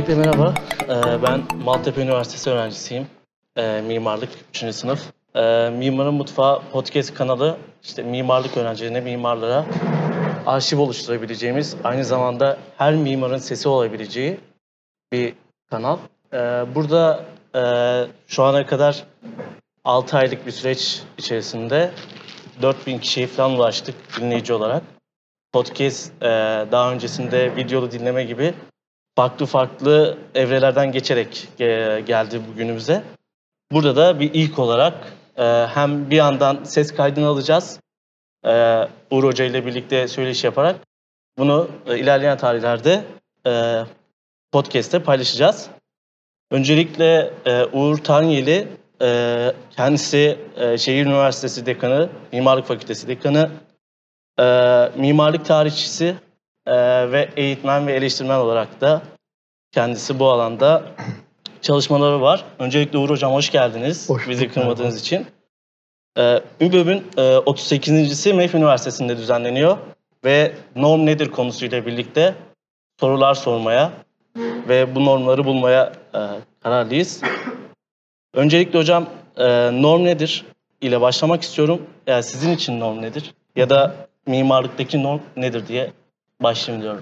Öncelikle merhaba. Ben Maltepe Üniversitesi öğrencisiyim. Mimarlık 3. sınıf. Mimarın Mutfağı podcast kanalı mimarlık öğrencilerine, mimarlara arşiv oluşturabileceğimiz, aynı zamanda her mimarın sesi olabileceği bir kanal. Burada şu ana kadar 6 aylık bir süreç içerisinde 4000 kişiye falan ulaştık dinleyici olarak. Podcast daha öncesinde videolu dinleme gibi farklı evrelerden geçerek geldi bugünümüze. Burada da bir ilk olarak hem bir yandan ses kaydını alacağız. Uğur Hoca ile birlikte söyleşi yaparak bunu ilerleyen tarihlerde podcast'te paylaşacağız. Öncelikle Uğur Tanyeli, kendisi Şehir Üniversitesi Dekanı, Mimarlık Fakültesi Dekanı, mimarlık tarihçisi ve eğitmen ve eleştirmen olarak da kendisi bu alanda çalışmaları var. Öncelikle Uğur Hocam hoş geldiniz. Bizi kırmadığınız için. ÜBÖB'ün 38.si MEF Üniversitesi'nde düzenleniyor ve norm nedir konusuyla birlikte sorular sormaya ve bu normları bulmaya kararlıyız. Öncelikle hocam norm nedir ile başlamak istiyorum. Yani sizin için norm nedir? Ya da mimarlıktaki norm nedir diye başlayayım diyorum.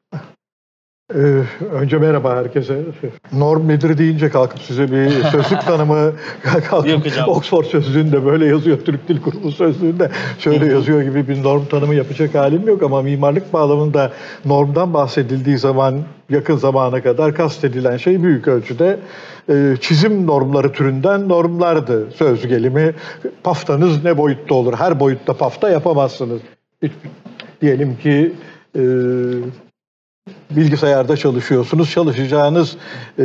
Önce merhaba herkese. Norm nedir deyince kalkıp size bir sözlük tanımı Oxford Sözlüğü'nde böyle yazıyor, Türk Dil Kurumu Sözlüğü'nde şöyle yazıyor gibi bir norm tanımı yapacak halim yok ama mimarlık bağlamında normdan bahsedildiği zaman yakın zamana kadar kastedilen şey büyük ölçüde çizim normları türünden normlardı. Söz gelimi paftanız ne boyutta olur? Her boyutta pafta yapamazsınız. Diyelim ki bilgisayarda çalışıyorsunuz. Çalışacağınız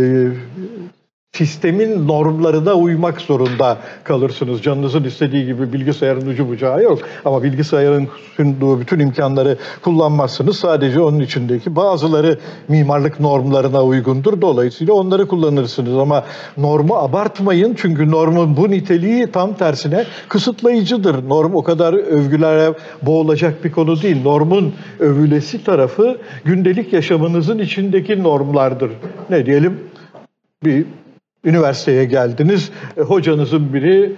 sistemin normlarına uymak zorunda kalırsınız. Canınızın istediği gibi bilgisayarın ucu bucağı yok. Ama bilgisayarın sunduğu bütün imkanları kullanmazsınız. Sadece onun içindeki bazıları mimarlık normlarına uygundur. Dolayısıyla onları kullanırsınız. Ama normu abartmayın. Çünkü normun bu niteliği tam tersine kısıtlayıcıdır. Norm o kadar övgülere boğulacak bir konu değil. Normun övülesi tarafı gündelik yaşamınızın içindeki normlardır. Ne diyelim? Bir üniversiteye geldiniz, hocanızın biri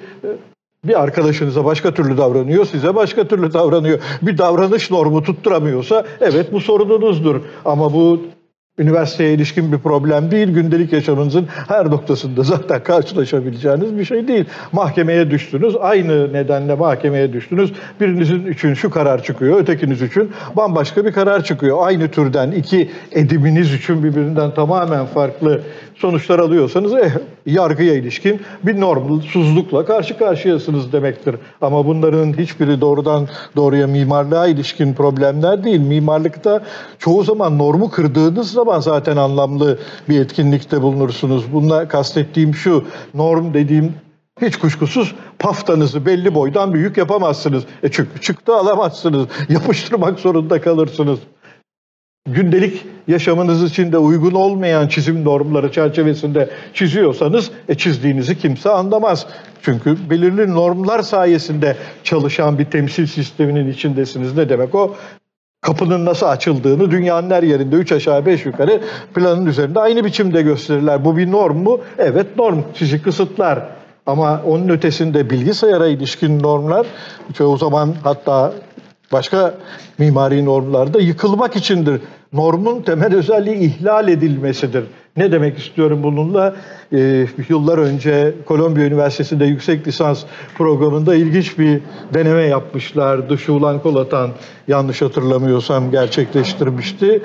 bir arkadaşınıza başka türlü davranıyor, size başka türlü davranıyor. Bir davranış normu tutturamıyorsa evet bu sorununuzdur. Ama bu üniversiteye ilişkin bir problem değil, gündelik yaşamınızın her noktasında zaten karşılaşabileceğiniz bir şey değil. Mahkemeye düştünüz, aynı nedenle mahkemeye düştünüz. Birinizin için şu karar çıkıyor, ötekiniz için bambaşka bir karar çıkıyor. Aynı türden iki ediminiz için birbirinden tamamen farklı sonuçlar alıyorsanız yargıya ilişkin bir normsuzlukla karşı karşıyasınız demektir. Ama bunların hiçbiri doğrudan doğruya mimarlığa ilişkin problemler değil. Mimarlıkta çoğu zaman normu kırdığınız zaman zaten anlamlı bir etkinlikte bulunursunuz. Bununla kastettiğim şu, norm dediğim hiç kuşkusuz paftanızı belli boydan büyük yapamazsınız. Çünkü çıktı alamazsınız. Yapıştırmak zorunda kalırsınız. Gündelik yaşamınız için de uygun olmayan çizim normları çerçevesinde çiziyorsanız çizdiğinizi kimse anlamaz. Çünkü belirli normlar sayesinde çalışan bir temsil sisteminin içindesiniz. Ne demek o? Kapının nasıl açıldığını dünyanın her yerinde 3 aşağı 5 yukarı planın üzerinde aynı biçimde gösterirler. Bu bir norm mu? Evet norm. Sizi kısıtlar. Ama onun ötesinde bilgisayara ilişkin normlar çoğu zaman hatta başka mimari normlarda yıkılmak içindir. Normun temel özelliği ihlal edilmesidir. Ne demek istiyorum bununla? Yıllar önce Kolombiya Üniversitesi'nde yüksek lisans programında ilginç bir deneme yapmışlardı. Şulan Kolatan yanlış hatırlamıyorsam gerçekleştirmişti.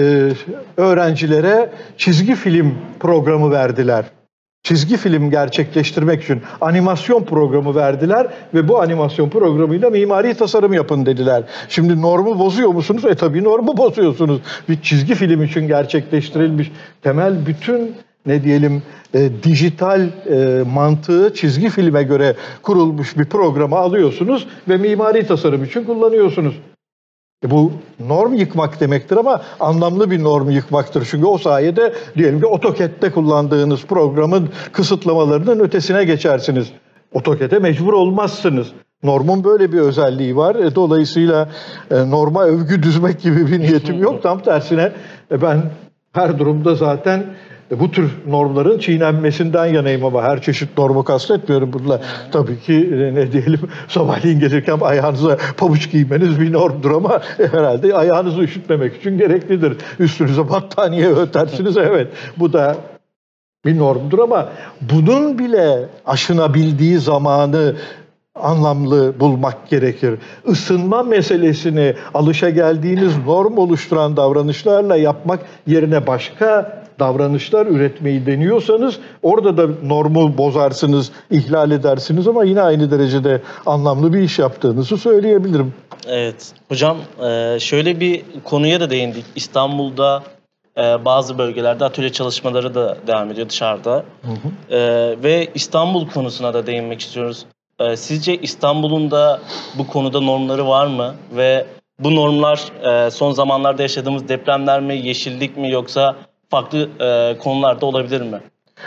Öğrencilere çizgi film programı verdiler. Çizgi film gerçekleştirmek için animasyon programı verdiler ve bu animasyon programıyla mimari tasarım yapın dediler. Şimdi normu bozuyor musunuz? Tabii normu bozuyorsunuz. Bir çizgi film için gerçekleştirilmiş temel bütün dijital mantığı çizgi filme göre kurulmuş bir programı alıyorsunuz ve mimari tasarım için kullanıyorsunuz. Bu norm yıkmak demektir ama anlamlı bir norm yıkmaktır. Çünkü o sayede diyelim ki AutoCAD'de kullandığınız programın kısıtlamalarının ötesine geçersiniz. AutoCAD'e mecbur olmazsınız. Normun böyle bir özelliği var. Dolayısıyla norma övgü düzmek gibi bir niyetim yok. Tam tersine ben Her durumda zaten bu tür normların çiğnenmesinden yanayım ama her çeşit normu kastetmiyorum bununla. Tabii ki ne diyelim, sabahleyin gelirken ayağınıza pabuç giymeniz bir normdur ama herhalde ayağınızı üşütmemek için gereklidir. Üstünüze battaniye örtersiniz, evet, bu da bir normdur ama bunun bile aşınabildiği zamanı anlamlı bulmak gerekir. Isınma meselesini alışageldiğiniz norm oluşturan davranışlarla yapmak yerine başka davranışlar üretmeyi deniyorsanız orada da normu bozarsınız, ihlal edersiniz ama yine aynı derecede anlamlı bir iş yaptığınızı söyleyebilirim. Evet. Hocam şöyle bir konuya da değindik. İstanbul'da bazı bölgelerde atölye çalışmaları da devam ediyor dışarıda. Ve İstanbul konusuna da değinmek istiyoruz. Sizce İstanbul'un da bu konuda normları var mı? Ve bu normlar son zamanlarda yaşadığımız depremler mi, yeşillik mi, yoksa farklı konularda olabilir mi?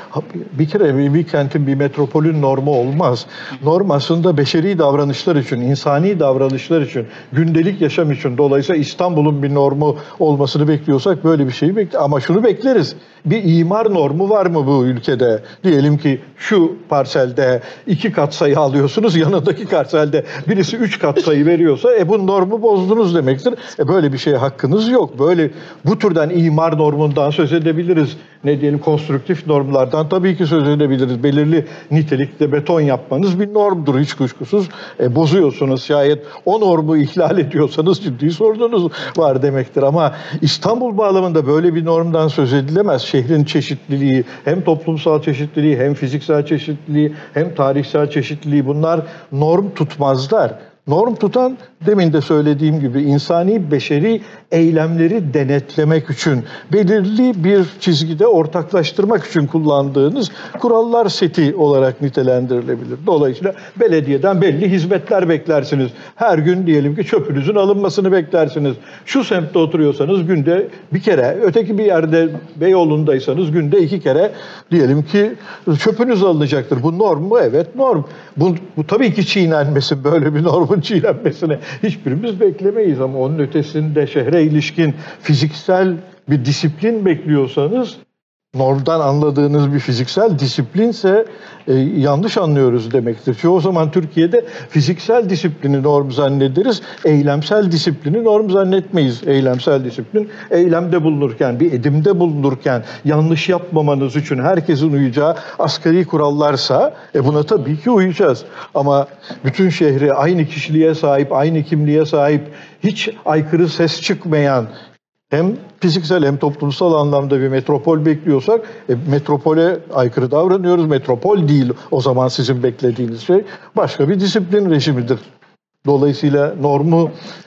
Bir kere bir kentin, bir metropolün normu olmaz. Norm aslında beşeri davranışlar için, insani davranışlar için, gündelik yaşam için. Dolayısıyla İstanbul'un bir normu olmasını bekliyorsak böyle bir şeyi bekliyoruz. Ama şunu bekleriz. Bir imar normu var mı bu ülkede? Diyelim ki şu parselde 2 katsayı alıyorsunuz, yanındaki parselde birisi 3 katsayı veriyorsa bu normu bozdunuz demektir. Böyle bir şeye hakkınız yok. Böyle bu türden imar normundan söz edebiliriz. Ne diyelim, konstrüktif normlardan tabii ki söz edebiliriz. Belirli nitelikte beton yapmanız bir normdur hiç kuşkusuz. Bozuyorsunuz, şayet o normu ihlal ediyorsanız ciddi sorununuz var demektir. Ama İstanbul bağlamında böyle bir normdan söz edilemez. Şehrin çeşitliliği, hem toplumsal çeşitliliği, hem fiziksel çeşitliliği, hem tarihsel çeşitliliği, bunlar norm tutmazlar. Norm tutan, demin de söylediğim gibi, insani beşeri eylemleri denetlemek için, belirli bir çizgide ortaklaştırmak için kullandığınız kurallar seti olarak nitelendirilebilir. Dolayısıyla belediyeden belli hizmetler beklersiniz. Her gün diyelim ki çöpünüzün alınmasını beklersiniz. Şu semtte oturuyorsanız günde bir kere, öteki bir yerde Beyoğlu'ndaysanız günde 2 kere diyelim ki çöpünüz alınacaktır. Bu norm mu? Evet, norm. Bu tabii ki çiğnenmesin, böyle bir normun çiğnenmesine hiçbirimiz beklemeyiz ama onun ötesinde şehre ilişkin fiziksel bir disiplin bekliyorsanız, normdan anladığınız bir fiziksel disiplinse yanlış anlıyoruz demektir. Çoğu zaman Türkiye'de fiziksel disiplini norm zannederiz, eylemsel disiplini norm zannetmeyiz. Eylemsel disiplin, eylemde bulunurken, bir edimde bulunurken yanlış yapmamanız için herkesin uyacağı asgari kurallarsa buna tabii ki uyacağız. Ama bütün şehri aynı kişiliğe sahip, aynı kimliğe sahip, hiç aykırı ses çıkmayan, hem fiziksel hem toplumsal anlamda bir metropol bekliyorsak metropole aykırı davranıyoruz. Metropol değil o zaman sizin beklediğiniz şey, başka bir disiplin rejimidir. Dolayısıyla normu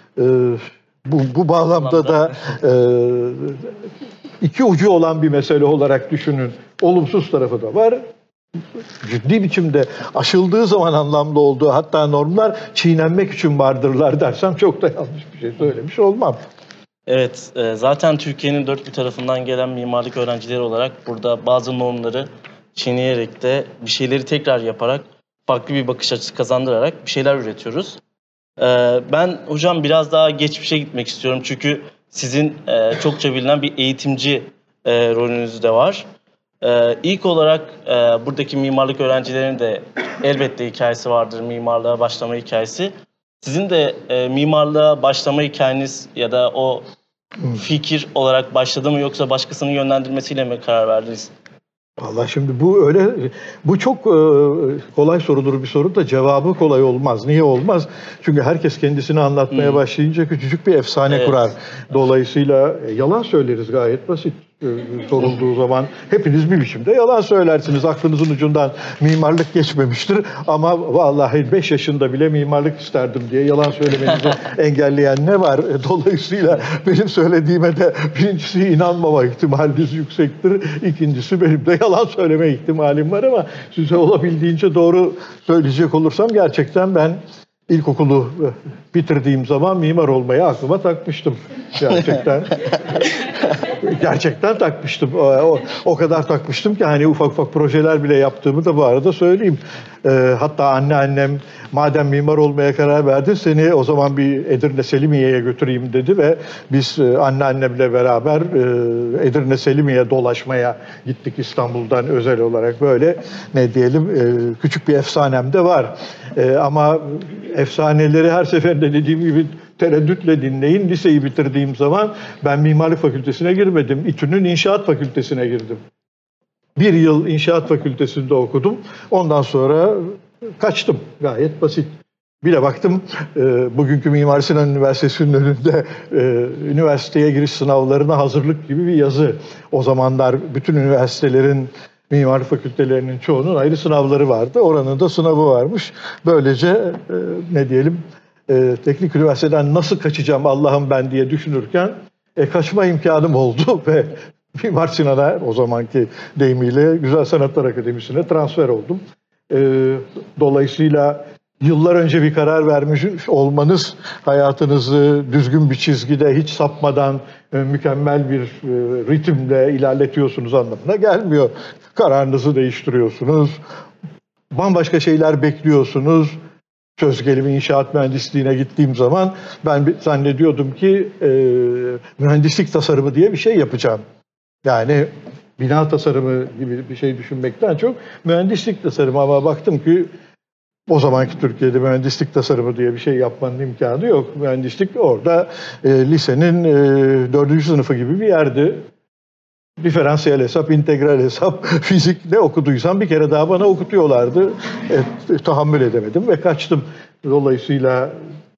bu bağlamda da iki ucu olan bir mesele olarak düşünün. Olumsuz tarafı da var. Ciddi biçimde aşıldığı zaman anlamlı olduğu, hatta normlar çiğnenmek için vardırlar dersem çok da yanlış bir şey söylemiş olmam. Evet, zaten Türkiye'nin dört bir tarafından gelen mimarlık öğrencileri olarak burada bazı normları çiğneyerek de bir şeyleri tekrar yaparak, farklı bir bakış açısı kazandırarak bir şeyler üretiyoruz. Ben hocam biraz daha geçmişe gitmek istiyorum çünkü sizin çokça bilinen bir eğitimci rolünüz de var. İlk olarak buradaki mimarlık öğrencilerinin de elbette hikayesi vardır, mimarlığa başlama hikayesi. Sizin de mimarlığa başlama hikayeniz ya da o fikir olarak başladı mı, yoksa başkasının yönlendirmesiyle mi karar verdiniz? Vallahi şimdi bu çok kolay sorulur bir soru da cevabı kolay olmaz. Niye olmaz? Çünkü herkes kendisini anlatmaya başlayınca küçücük bir efsane kurar. Dolayısıyla yalan söyleriz, gayet basit. Sorulduğu zaman hepiniz bir biçimde yalan söylersiniz. Aklınızın ucundan mimarlık geçmemiştir ama vallahi 5 yaşında bile mimarlık isterdim diye yalan söylemenizi engelleyen ne var? Dolayısıyla benim söylediğime de birincisi inanmama ihtimaliniz yüksektir. İkincisi benim de yalan söyleme ihtimalim var ama size olabildiğince doğru söyleyecek olursam, gerçekten ben İlkokulu bitirdiğim zaman mimar olmayı aklıma takmıştım. Gerçekten. Gerçekten takmıştım. O kadar takmıştım ki hani ufak ufak projeler bile yaptığımı da bu arada söyleyeyim. Hatta annem madem mimar olmaya karar verdin seni o zaman bir Edirne Selimiye'ye götüreyim dedi ve biz annemle beraber Edirne Selimiye dolaşmaya gittik İstanbul'dan özel olarak böyle ne diyelim küçük bir efsanem de var. Ama efsaneleri her seferinde dediğim gibi tereddütle dinleyin. Liseyi bitirdiğim zaman ben mimarlık fakültesine girmedim. İTÜ'nün inşaat fakültesine girdim. Bir yıl inşaat fakültesinde okudum. Ondan sonra kaçtım. Gayet basit. Bir de baktım bugünkü Mimar Sinan Üniversitesi'nin önünde üniversiteye giriş sınavlarına hazırlık gibi bir yazı. O zamanlar bütün üniversitelerin mimarlık fakültelerinin çoğunun ayrı sınavları vardı. Oranın da sınavı varmış. Böylece ne diyelim teknik üniversiteden nasıl kaçacağım Allah'ım ben diye düşünürken kaçma imkanım oldu ve Mimar Sinan'a o zamanki deyimiyle Güzel Sanatlar Akademisi'ne transfer oldum. Dolayısıyla yıllar önce bir karar vermiş olmanız hayatınızı düzgün bir çizgide hiç sapmadan mükemmel bir ritimle ilerletiyorsunuz anlamına gelmiyor. Kararınızı değiştiriyorsunuz. Bambaşka şeyler bekliyorsunuz. Söz gelimi inşaat mühendisliğine gittiğim zaman ben zannediyordum ki mühendislik tasarımı diye bir şey yapacağım. Yani bina tasarımı gibi bir şey düşünmekten çok mühendislik tasarımı ama baktım ki o zamanki Türkiye'de mühendislik tasarımı diye bir şey yapmanın imkanı yok. Mühendislik orada lisenin 4. sınıfı gibi bir yerdi. Diferansiyel hesap, integral hesap, fizik ne okuduysam bir kere daha bana okutuyorlardı. Tahammül edemedim ve kaçtım. Dolayısıyla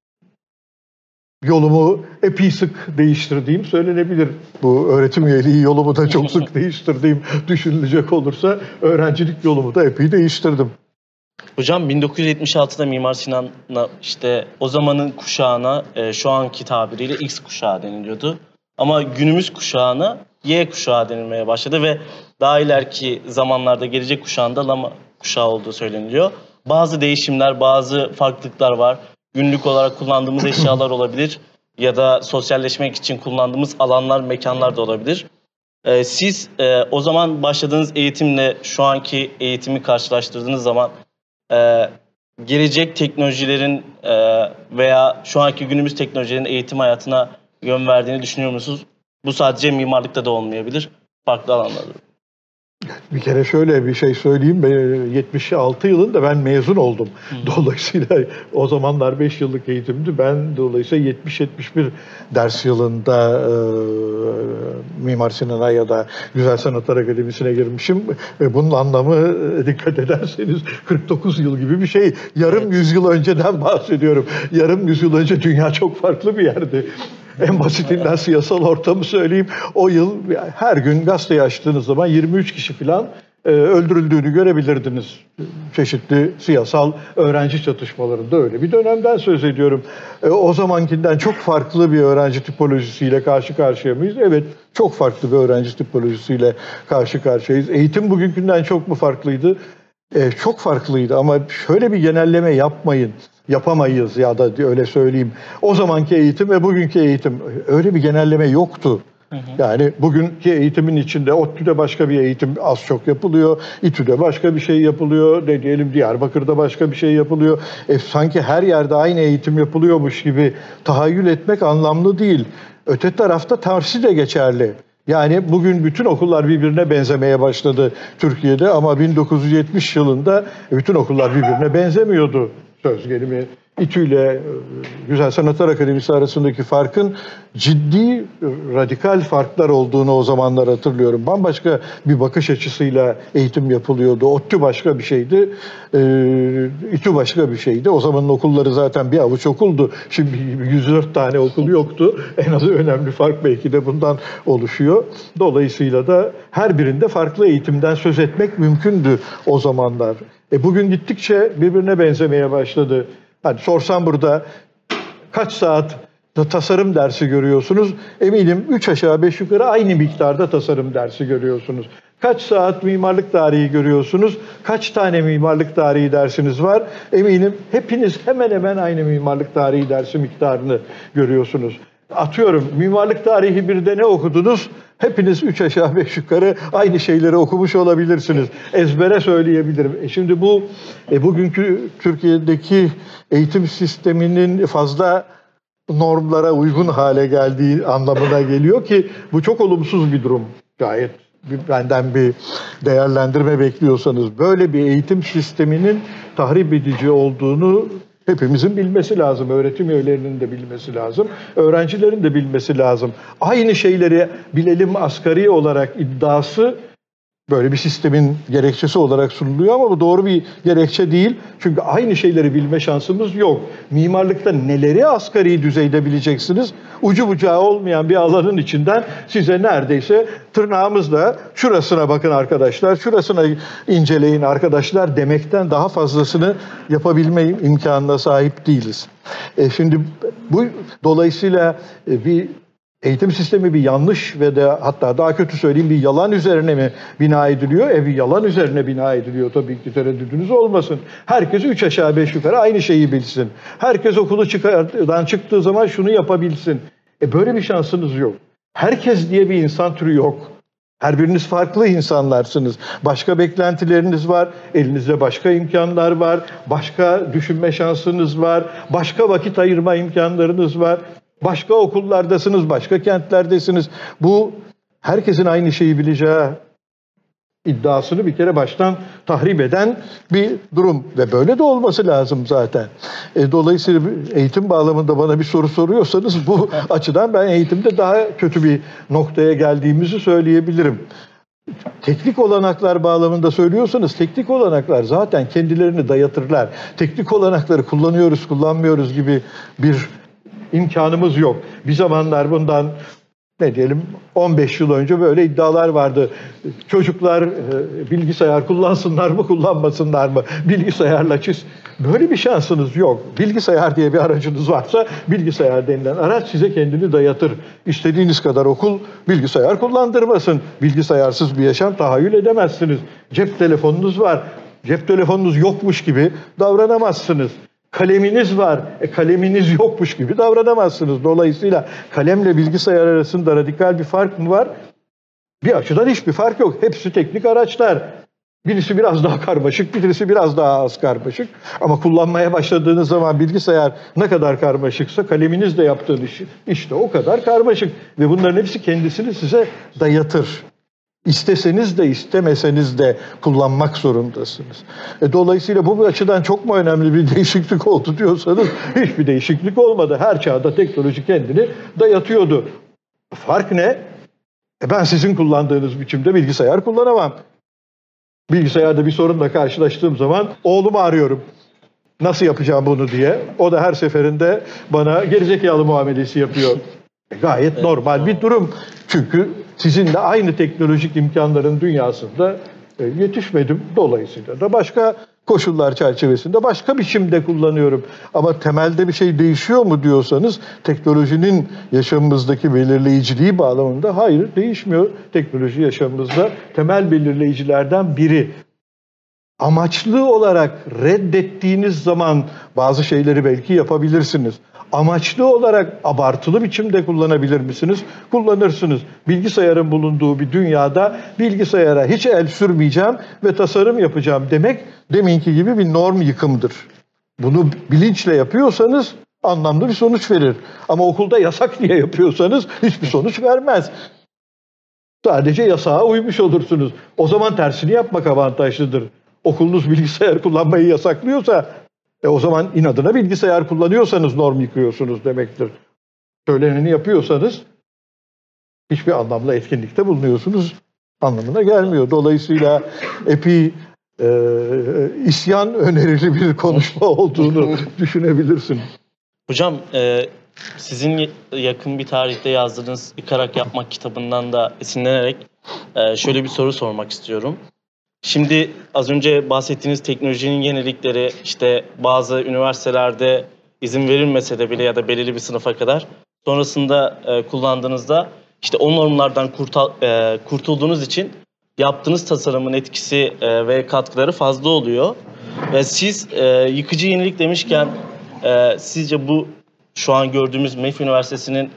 yolumu epey sık değiştirdiğim söylenebilir. Bu öğretim üyeliği yolumu da çok sık değiştirdiğim düşünülecek olursa öğrencilik yolumu da epey değiştirdim. Hocam 1976'da Mimar Sinan'la işte o zamanın kuşağına şu anki tabiriyle X kuşağı deniliyordu. Ama günümüz kuşağına Y kuşağı denilmeye başladı ve daha ileriki zamanlarda gelecek kuşağında Lama kuşağı olduğu söyleniliyor. Bazı değişimler, bazı farklılıklar var. Günlük olarak kullandığımız eşyalar olabilir ya da sosyalleşmek için kullandığımız alanlar, mekanlar da olabilir. Siz o zaman başladığınız eğitimle şu anki eğitimi karşılaştırdığınız zaman gelecek teknolojilerin veya şu anki günümüz teknolojilerin eğitim hayatına yön verdiğini düşünüyor musunuz? Bu sadece mimarlıkta da olmayabilir, farklı alanlarda. Bir kere şöyle bir şey söyleyeyim. 76 yılında ben mezun oldum. Dolayısıyla o zamanlar 5 yıllık eğitimdi. Ben dolayısıyla 70-71 ders yılında Mimar Sinan'a ya da Güzel Sanatlar Akademisi'ne girmişim. Bunun anlamı dikkat ederseniz 49 yıl gibi bir şey. Yarım yüzyıl önceden bahsediyorum. Yarım yüzyıl önce dünya çok farklı bir yerdi. En basitinden siyasal ortamı söyleyeyim. O yıl her gün gazeteyi açtığınız zaman 23 kişi falan öldürüldüğünü görebilirdiniz. Çeşitli siyasal öğrenci çatışmalarında öyle bir dönemden söz ediyorum. O zamankinden çok farklı bir öğrenci tipolojisiyle karşı karşıya mıyız? Evet, çok farklı bir öğrenci tipolojisiyle karşı karşıyayız. Eğitim bugünkünden çok mu farklıydı? Çok farklıydı ama şöyle bir genelleme yapmayın. Yapamayız ya da öyle söyleyeyim. O zamanki eğitim ve bugünkü eğitim öyle bir genelleme yoktu. Yani bugünkü eğitimin içinde ODTÜ'de başka bir eğitim az çok yapılıyor. İTÜ'de başka bir şey yapılıyor. Diyelim Diyarbakır'da başka bir şey yapılıyor. Sanki her yerde aynı eğitim yapılıyormuş gibi tahayyül etmek anlamlı değil. Öte tarafta tersi de geçerli. Yani bugün bütün okullar birbirine benzemeye başladı Türkiye'de ama 1970 yılında bütün okullar birbirine benzemiyordu. Söz gelimi İTÜ ile Güzel Sanatlar Akademisi arasındaki farkın ciddi, radikal farklar olduğunu o zamanlar hatırlıyorum. Bambaşka bir bakış açısıyla eğitim yapılıyordu. ODTÜ başka bir şeydi, İTÜ başka bir şeydi. O zamanın okulları zaten bir avuç okuldu. Şimdi 104 tane okul yoktu. En az önemli fark belki de bundan oluşuyor. Dolayısıyla da her birinde farklı eğitimden söz etmek mümkündü o zamanlar. Bugün gittikçe birbirine benzemeye başladı. Hani sorsam burada kaç saat tasarım dersi görüyorsunuz? Eminim 3 aşağı 5 yukarı aynı miktarda tasarım dersi görüyorsunuz. Kaç saat mimarlık tarihi görüyorsunuz? Kaç tane mimarlık tarihi dersiniz var? Eminim hepiniz hemen hemen aynı mimarlık tarihi dersi miktarını görüyorsunuz. Atıyorum mimarlık tarihi 1'de ne okudunuz? Hepiniz 3 aşağı 5 yukarı aynı şeyleri okumuş olabilirsiniz. Ezbere söyleyebilirim. Şimdi bu bugünkü Türkiye'deki eğitim sisteminin fazla normlara uygun hale geldiği anlamına geliyor ki bu çok olumsuz bir durum. Gayet benden bir değerlendirme bekliyorsanız böyle bir eğitim sisteminin tahrip edici olduğunu hepimizin bilmesi lazım. Öğretim üyelerinin de bilmesi lazım. Öğrencilerin de bilmesi lazım. Aynı şeyleri bilelim asgari olarak iddiası böyle bir sistemin gerekçesi olarak sunuluyor ama bu doğru bir gerekçe değil. Çünkü aynı şeyleri bilme şansımız yok. Mimarlıkta neleri asgari düzeyde bileceksiniz? Ucu bucağı olmayan bir alanın içinden size neredeyse tırnağımızla şurasına bakın arkadaşlar, şurasına inceleyin arkadaşlar demekten daha fazlasını yapabilme imkanına sahip değiliz. Şimdi bu dolayısıyla bir eğitim sistemi bir yanlış ve de hatta daha kötü söyleyeyim bir yalan üzerine mi bina ediliyor? Bir yalan üzerine bina ediliyor tabii ki, tereddüdünüz olmasın. Herkes 3 aşağı 5 yukarı aynı şeyi bilsin. Herkes okulu çıktığı zaman şunu yapabilsin. Böyle bir şansınız yok. Herkes diye bir insan türü yok. Her biriniz farklı insanlarsınız. Başka beklentileriniz var, elinizde başka imkanlar var, başka düşünme şansınız var, başka vakit ayırma imkanlarınız var. Başka okullardasınız, başka kentlerdesiniz. Bu herkesin aynı şeyi bileceği iddiasını bir kere baştan tahrip eden bir durum. Ve böyle de olması lazım zaten. Dolayısıyla eğitim bağlamında bana bir soru soruyorsanız bu açıdan ben eğitimde daha kötü bir noktaya geldiğimizi söyleyebilirim. Teknik olanaklar bağlamında söylüyorsanız teknik olanaklar zaten kendilerini dayatırlar. Teknik olanakları kullanıyoruz, kullanmıyoruz gibi bir imkanımız yok. Bir zamanlar bundan ne diyelim 15 yıl önce böyle iddialar vardı. Çocuklar bilgisayar kullansınlar mı, kullanmasınlar mı? Bilgisayarla çiz. Böyle bir şansınız yok. Bilgisayar diye bir aracınız varsa bilgisayar denilen araç size kendini dayatır. İstediğiniz kadar okul bilgisayar kullandırmasın. Bilgisayarsız bir yaşam tahayyül edemezsiniz. Cep telefonunuz var. Cep telefonunuz yokmuş gibi davranamazsınız. Kaleminiz var, kaleminiz yokmuş gibi davranamazsınız. Dolayısıyla kalemle bilgisayar arasında radikal bir fark mı var? Bir açıdan hiçbir fark yok. Hepsi teknik araçlar. Birisi biraz daha karmaşık, birisi biraz daha az karmaşık. Ama kullanmaya başladığınız zaman bilgisayar ne kadar karmaşıksa kaleminizle yaptığınız iş de o kadar karmaşık. Ve bunların hepsi kendisini size dayatır. İsteseniz de istemeseniz de kullanmak zorundasınız. Dolayısıyla bu açıdan çok mu önemli bir değişiklik oldu diyorsanız hiçbir değişiklik olmadı. Her çağda teknoloji kendini dayatıyordu. Fark ne? Ben sizin kullandığınız biçimde bilgisayar kullanamam. Bilgisayarda bir sorunla karşılaştığım zaman oğlumu arıyorum. Nasıl yapacağım bunu diye. O da her seferinde bana gerizekalı muamelesi yapıyor. Gayet normal bir durum. Çünkü sizinle aynı teknolojik imkanların dünyasında yetişmedim. Dolayısıyla da başka koşullar çerçevesinde başka biçimde kullanıyorum. Ama temelde bir şey değişiyor mu diyorsanız teknolojinin yaşamımızdaki belirleyiciliği bağlamında hayır değişmiyor. Teknoloji yaşamımızda temel belirleyicilerden biri. Amaçlı olarak reddettiğiniz zaman bazı şeyleri belki yapabilirsiniz. Amaçlı olarak abartılı biçimde kullanabilir misiniz? Kullanırsınız. Bilgisayarın bulunduğu bir dünyada bilgisayara hiç el sürmeyeceğim ve tasarım yapacağım demek deminki gibi bir norm yıkımdır. Bunu bilinçle yapıyorsanız anlamlı bir sonuç verir. Ama okulda yasak diye yapıyorsanız hiçbir sonuç vermez. Sadece yasağa uymuş olursunuz. O zaman tersini yapmak avantajlıdır. Okulunuz bilgisayar kullanmayı yasaklıyorsa o zaman inadına bilgisayar kullanıyorsanız norm yıkıyorsunuz demektir. Söyleneni yapıyorsanız hiçbir anlamlı etkinlikte bulunuyorsunuz anlamına gelmiyor. Dolayısıyla epey isyan önerili bir konuşma olduğunu düşünebilirsin. Hocam sizin yakın bir tarihte yazdığınız Yıkarak Yapmak kitabından da esinlenerek şöyle bir soru sormak istiyorum. Şimdi az önce bahsettiğiniz teknolojinin yenilikleri işte bazı üniversitelerde izin verilmese de bile ya da belirli bir sınıfa kadar sonrasında kullandığınızda işte o normlardan kurtulduğunuz için yaptığınız tasarımın etkisi ve katkıları fazla oluyor. Ve siz yıkıcı yenilik demişken sizce bu şu an gördüğümüz MEF Üniversitesi'nin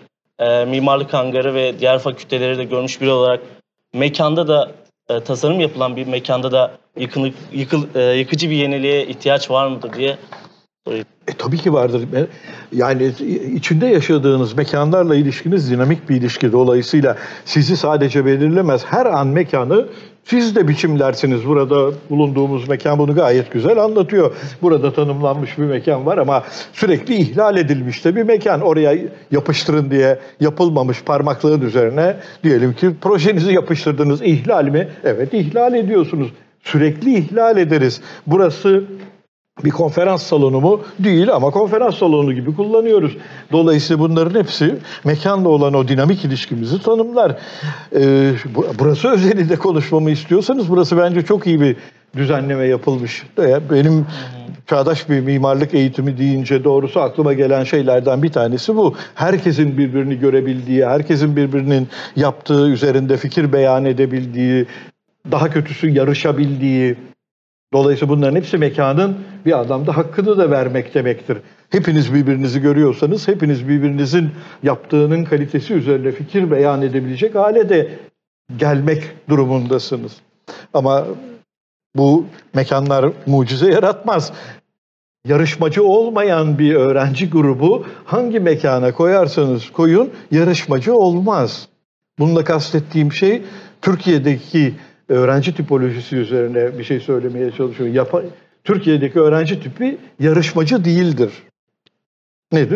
mimarlık hangarı ve diğer fakülteleri de görmüş biri olarak mekanda da tasarım yapılan bir mekanda da yıkıcı bir yeniliğe ihtiyaç var mıdır diye sorayım. Tabii ki vardır. Yani içinde yaşadığınız mekanlarla ilişkiniz dinamik bir ilişki. Dolayısıyla sizi sadece belirlemez. Her an mekanı siz de biçimlersiniz. Burada bulunduğumuz mekan bunu gayet güzel anlatıyor. Burada tanımlanmış bir mekan var ama sürekli ihlal edilmiş de bir mekan. Oraya yapıştırın diye yapılmamış parmaklığın üzerine diyelim ki projenizi yapıştırdınız. İhlal mi? Evet, ihlal ediyorsunuz. Sürekli ihlal ederiz. Burası bir konferans salonu mu? Değil ama konferans salonu gibi kullanıyoruz. Dolayısıyla bunların hepsi mekanla olan o dinamik ilişkimizi tanımlar. Burası özelinde konuşmamı istiyorsanız burası bence çok iyi bir düzenleme yapılmış. Benim çağdaş bir mimarlık eğitimi deyince doğrusu aklıma gelen şeylerden bir tanesi bu. Herkesin birbirini görebildiği, herkesin birbirinin yaptığı üzerinde fikir beyan edebildiği, daha kötüsü yarışabildiği. Dolayısıyla bunların hepsi mekanın bir anlamda hakkını da vermek demektir. Hepiniz birbirinizi görüyorsanız, hepiniz birbirinizin yaptığının kalitesi üzerine fikir beyan edebilecek hale de gelmek durumundasınız. Ama bu mekanlar mucize yaratmaz. Yarışmacı olmayan bir öğrenci grubu hangi mekana koyarsanız koyun yarışmacı olmaz. Bununla kastettiğim şey Türkiye'deki öğrenci tipolojisi üzerine bir şey söylemeye çalışıyorum. Türkiye'deki öğrenci tipi yarışmacı değildir. Nedir?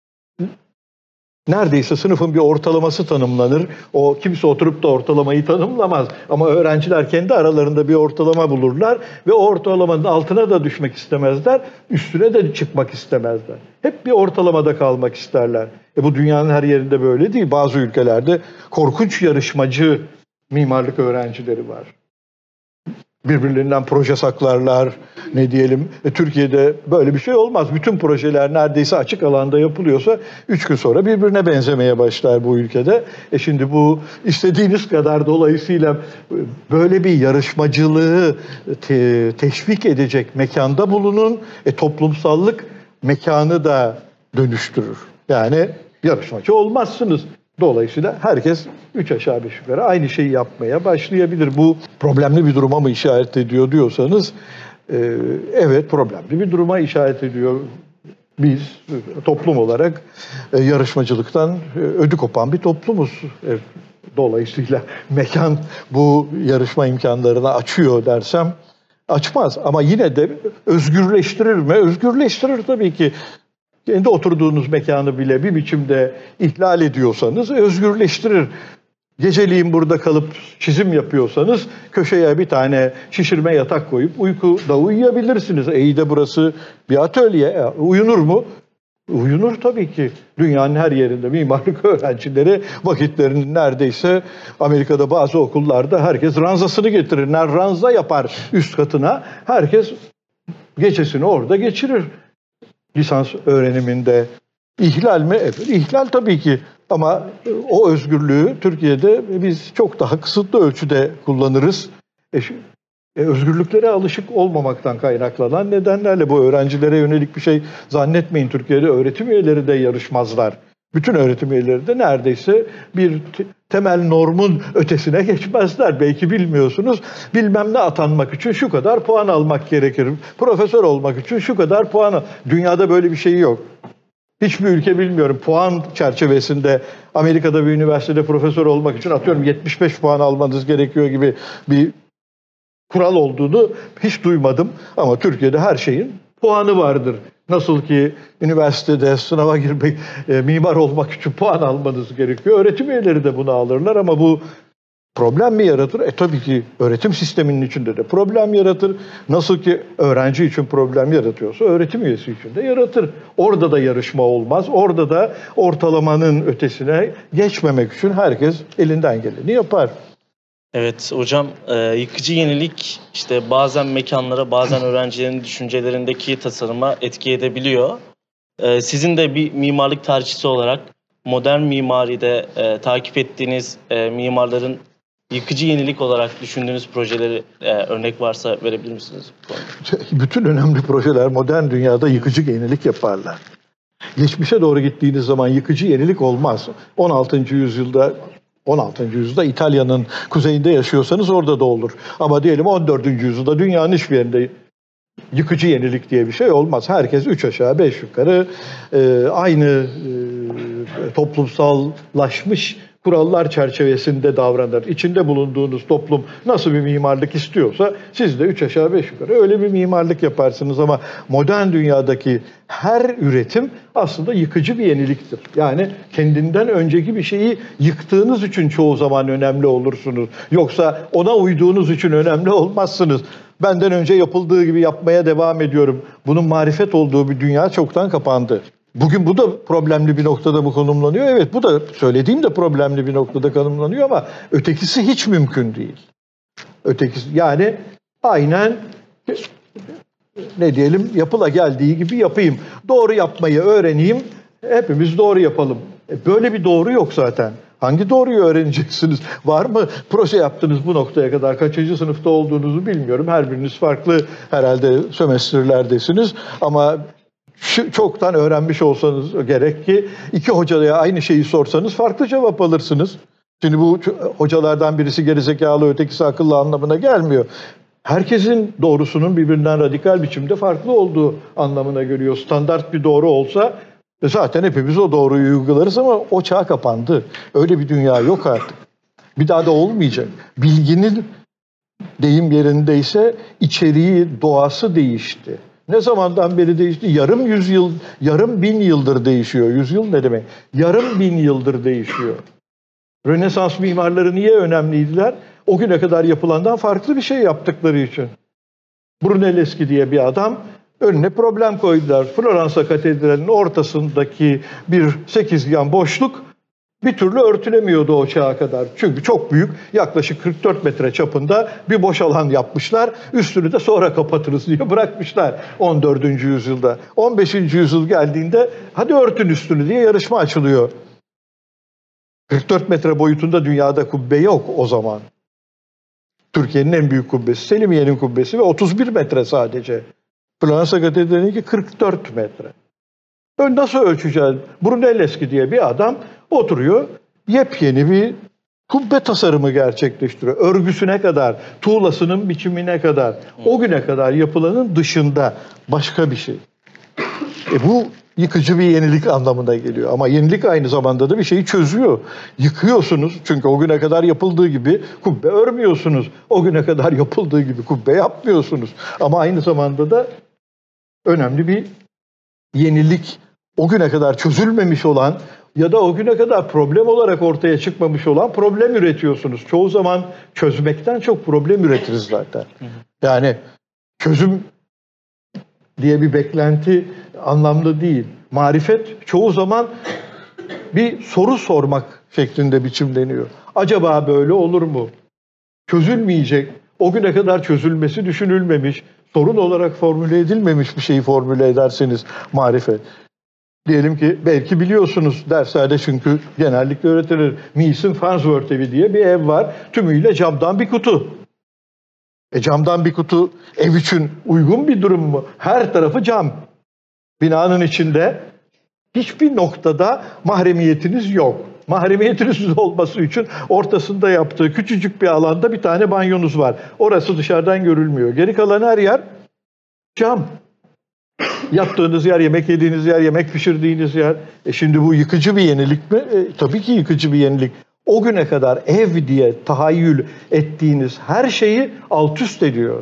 Neredeyse sınıfın bir ortalaması tanımlanır. Kimse oturup da ortalamayı tanımlamaz. Ama öğrenciler kendi aralarında bir ortalama bulurlar ve o ortalamanın altına da düşmek istemezler, üstüne de çıkmak istemezler. Hep bir ortalamada kalmak isterler. Bu dünyanın her yerinde böyle değil. Bazı ülkelerde korkunç yarışmacı mimarlık öğrencileri var. Birbirlerinden proje saklarlar, ne diyelim. Türkiye'de böyle bir şey olmaz. Bütün projeler neredeyse açık alanda yapılıyorsa 3 gün sonra birbirine benzemeye başlar bu ülkede. Şimdi bu istediğiniz kadar dolayısıyla böyle bir yarışmacılığı teşvik edecek mekanda bulunun. Toplumsallık mekanı da dönüştürür. Yani yarışmacı olmazsınız. Dolayısıyla herkes 3 aşağı 5 yukarı aynı şeyi yapmaya başlayabilir. Bu problemli bir duruma mı işaret ediyor diyorsanız, evet problemli bir duruma işaret ediyor. Biz toplum olarak yarışmacılıktan ödü kopan bir toplumuz. Dolayısıyla mekan bu yarışma imkanlarını açıyor dersem açmaz. Ama yine de özgürleştirir mi? Özgürleştirir tabii ki. Kendi oturduğunuz mekanı bile bir biçimde ihlal ediyorsanız özgürleştirir. Geceliğin burada kalıp çizim yapıyorsanız köşeye bir tane şişirme yatak koyup uykuda uyuyabilirsiniz. İyi de burası bir atölye. Uyunur mu? Uyunur tabii ki. Dünyanın her yerinde mimarlık öğrencileri vakitlerinin neredeyse Amerika'da bazı okullarda herkes ranzasını getirir. Ranza yapar üst katına. Herkes gecesini orada geçirir. Lisans öğreniminde ihlal mi? Evet, ihlal tabii ki. Ama o özgürlüğü Türkiye'de biz çok daha kısıtlı ölçüde kullanırız. Özgürlüklere alışık olmamaktan kaynaklanan nedenlerle bu öğrencilere yönelik bir şey zannetmeyin. Türkiye'de öğretim üyeleri de yarışmazlar. Bütün öğretim üyeleri de neredeyse bir temel normun ötesine geçmezler. Belki bilmiyorsunuz. Bilmem ne atanmak için şu kadar puan almak gerekir. Profesör olmak için şu kadar puan. Dünyada böyle bir şey yok. Hiçbir ülke bilmiyorum. Puan çerçevesinde Amerika'da bir üniversitede profesör olmak için atıyorum 75 puan almanız gerekiyor gibi bir kural olduğunu hiç duymadım. Ama Türkiye'de her şeyin puanı vardır. Nasıl ki üniversitede sınava girmek, mimar olmak için puan almanız gerekiyor. Öğretim üyeleri de bunu alırlar ama bu problem mi yaratır? Tabii ki öğretim sisteminin içinde de problem yaratır. Nasıl ki öğrenci için problem yaratıyorsa öğretim üyesi için de yaratır. Orada da yarışma olmaz. Orada da ortalamanın ötesine geçmemek için herkes elinden geleni yapar. Evet hocam, yıkıcı yenilik işte bazen mekanlara, bazen öğrencilerin düşüncelerindeki tasarıma etki edebiliyor. Sizin de bir mimarlık tarihçisi olarak modern mimaride takip ettiğiniz mimarların yıkıcı yenilik olarak düşündüğünüz projeleri örnek varsa verebilir misiniz? Bütün önemli projeler modern dünyada yıkıcı yenilik yaparlar. Geçmişe doğru gittiğiniz zaman yıkıcı yenilik olmaz. 16. yüzyılda İtalya'nın kuzeyinde yaşıyorsanız orada da olur. Ama diyelim 14. yüzyılda dünyanın hiçbir yerinde yıkıcı yenilik diye bir şey olmaz. Herkes 3 aşağı 5 yukarı aynı toplumsallaşmış kurallar çerçevesinde davranır. İçinde bulunduğunuz toplum nasıl bir mimarlık istiyorsa siz de 3 aşağı 5 yukarı öyle bir mimarlık yaparsınız. Ama modern dünyadaki her üretim aslında yıkıcı bir yeniliktir. Yani kendinden önceki bir şeyi yıktığınız için çoğu zaman önemli olursunuz. Yoksa ona uyduğunuz için önemli olmazsınız. Benden önce yapıldığı gibi yapmaya devam ediyorum. Bunun marifet olduğu bir dünya çoktan kapandı. Bugün bu da problemli bir noktada bu konumlanıyor. Evet, bu da söylediğim de problemli bir noktada konumlanıyor ama ötekisi hiç mümkün değil. Ötekisi yani aynen ne diyelim yapıla geldiği gibi yapayım. Doğru yapmayı öğreneyim. Hepimiz doğru yapalım. Böyle bir doğru yok zaten. Hangi doğruyu öğreneceksiniz? Var mı? Proje yaptınız bu noktaya kadar. Kaçıncı sınıfta olduğunuzu bilmiyorum. Her biriniz farklı herhalde sömestrlerdesiniz. Ama çoktan öğrenmiş olsanız gerek ki iki hocaya aynı şeyi sorsanız farklı cevap alırsınız. Şimdi bu hocalardan birisi gerizekalı, ötekisi akıllı anlamına gelmiyor. Herkesin doğrusunun birbirinden radikal biçimde farklı olduğu anlamına geliyor. Standart bir doğru olsa zaten hepimiz o doğruyu uygularız ama o çağ kapandı. Öyle bir dünya yok artık. Bir daha da olmayacak. Bilginin deyim yerindeyse içeriği, doğası değişti. Ne zamandan beri değişti? Yarım bin yıldır değişiyor. Yüzyıl ne demek? Yarım bin yıldır değişiyor. Rönesans mimarları niye önemliydiler? O güne kadar yapılandan farklı bir şey yaptıkları için. Brunelleschi diye bir adam önüne problem koydular. Floransa Katedrali'nin ortasındaki bir sekizgen boşluk bir türlü örtülemiyordu o çağa kadar. Çünkü çok büyük, yaklaşık 44 metre çapında bir boş alan yapmışlar. Üstünü de sonra kapatırız diye bırakmışlar 14. yüzyılda. 15. yüzyıl geldiğinde hadi örtün üstünü diye yarışma açılıyor. 44 metre boyutunda dünyada kubbe yok o zaman. Türkiye'nin en büyük kubbesi Selimiye'nin kubbesi ve 31 metre sadece. Floransa Katedrali'ninki 44 metre. Nasıl ölçeceğiz? Brunelleschi diye bir adam oturuyor, yepyeni bir kubbe tasarımı gerçekleştiriyor. Örgüsüne kadar, tuğlasının biçimine kadar, o güne kadar yapılanın dışında başka bir şey. Bu yıkıcı bir yenilik anlamına geliyor. Ama yenilik aynı zamanda da bir şeyi çözüyor. Yıkıyorsunuz çünkü o güne kadar yapıldığı gibi kubbe örmüyorsunuz. O güne kadar yapıldığı gibi kubbe yapmıyorsunuz. Ama aynı zamanda da önemli bir yenilik, o güne kadar çözülmemiş olan ya da o güne kadar problem olarak ortaya çıkmamış olan problem üretiyorsunuz. Çoğu zaman çözmekten çok problem üretiriz zaten. Yani çözüm diye bir beklenti anlamlı değil. Marifet çoğu zaman bir soru sormak şeklinde biçimleniyor. Acaba böyle olur mu? Çözülmeyecek, o güne kadar çözülmesi düşünülmemiş, sorun olarak formüle edilmemiş bir şeyi formüle ederseniz marifet. Diyelim ki belki biliyorsunuz derslerde çünkü genellikle öğretilir. Mies'in Farnsworth evi diye bir ev var. Tümüyle camdan bir kutu. Camdan bir kutu ev için uygun bir durum mu? Her tarafı cam. Binanın içinde hiçbir noktada mahremiyetiniz yok. Mahremiyetiniz olması için ortasında yaptığı küçücük bir alanda bir tane banyonuz var. Orası dışarıdan görülmüyor. Geri kalan her yer cam. Yattığınız yer, yemek yediğiniz yer, yemek pişirdiğiniz yer. Şimdi bu yıkıcı bir yenilik mi? Tabii ki yıkıcı bir yenilik. O güne kadar ev diye tahayyül ettiğiniz her şeyi alt üst ediyor.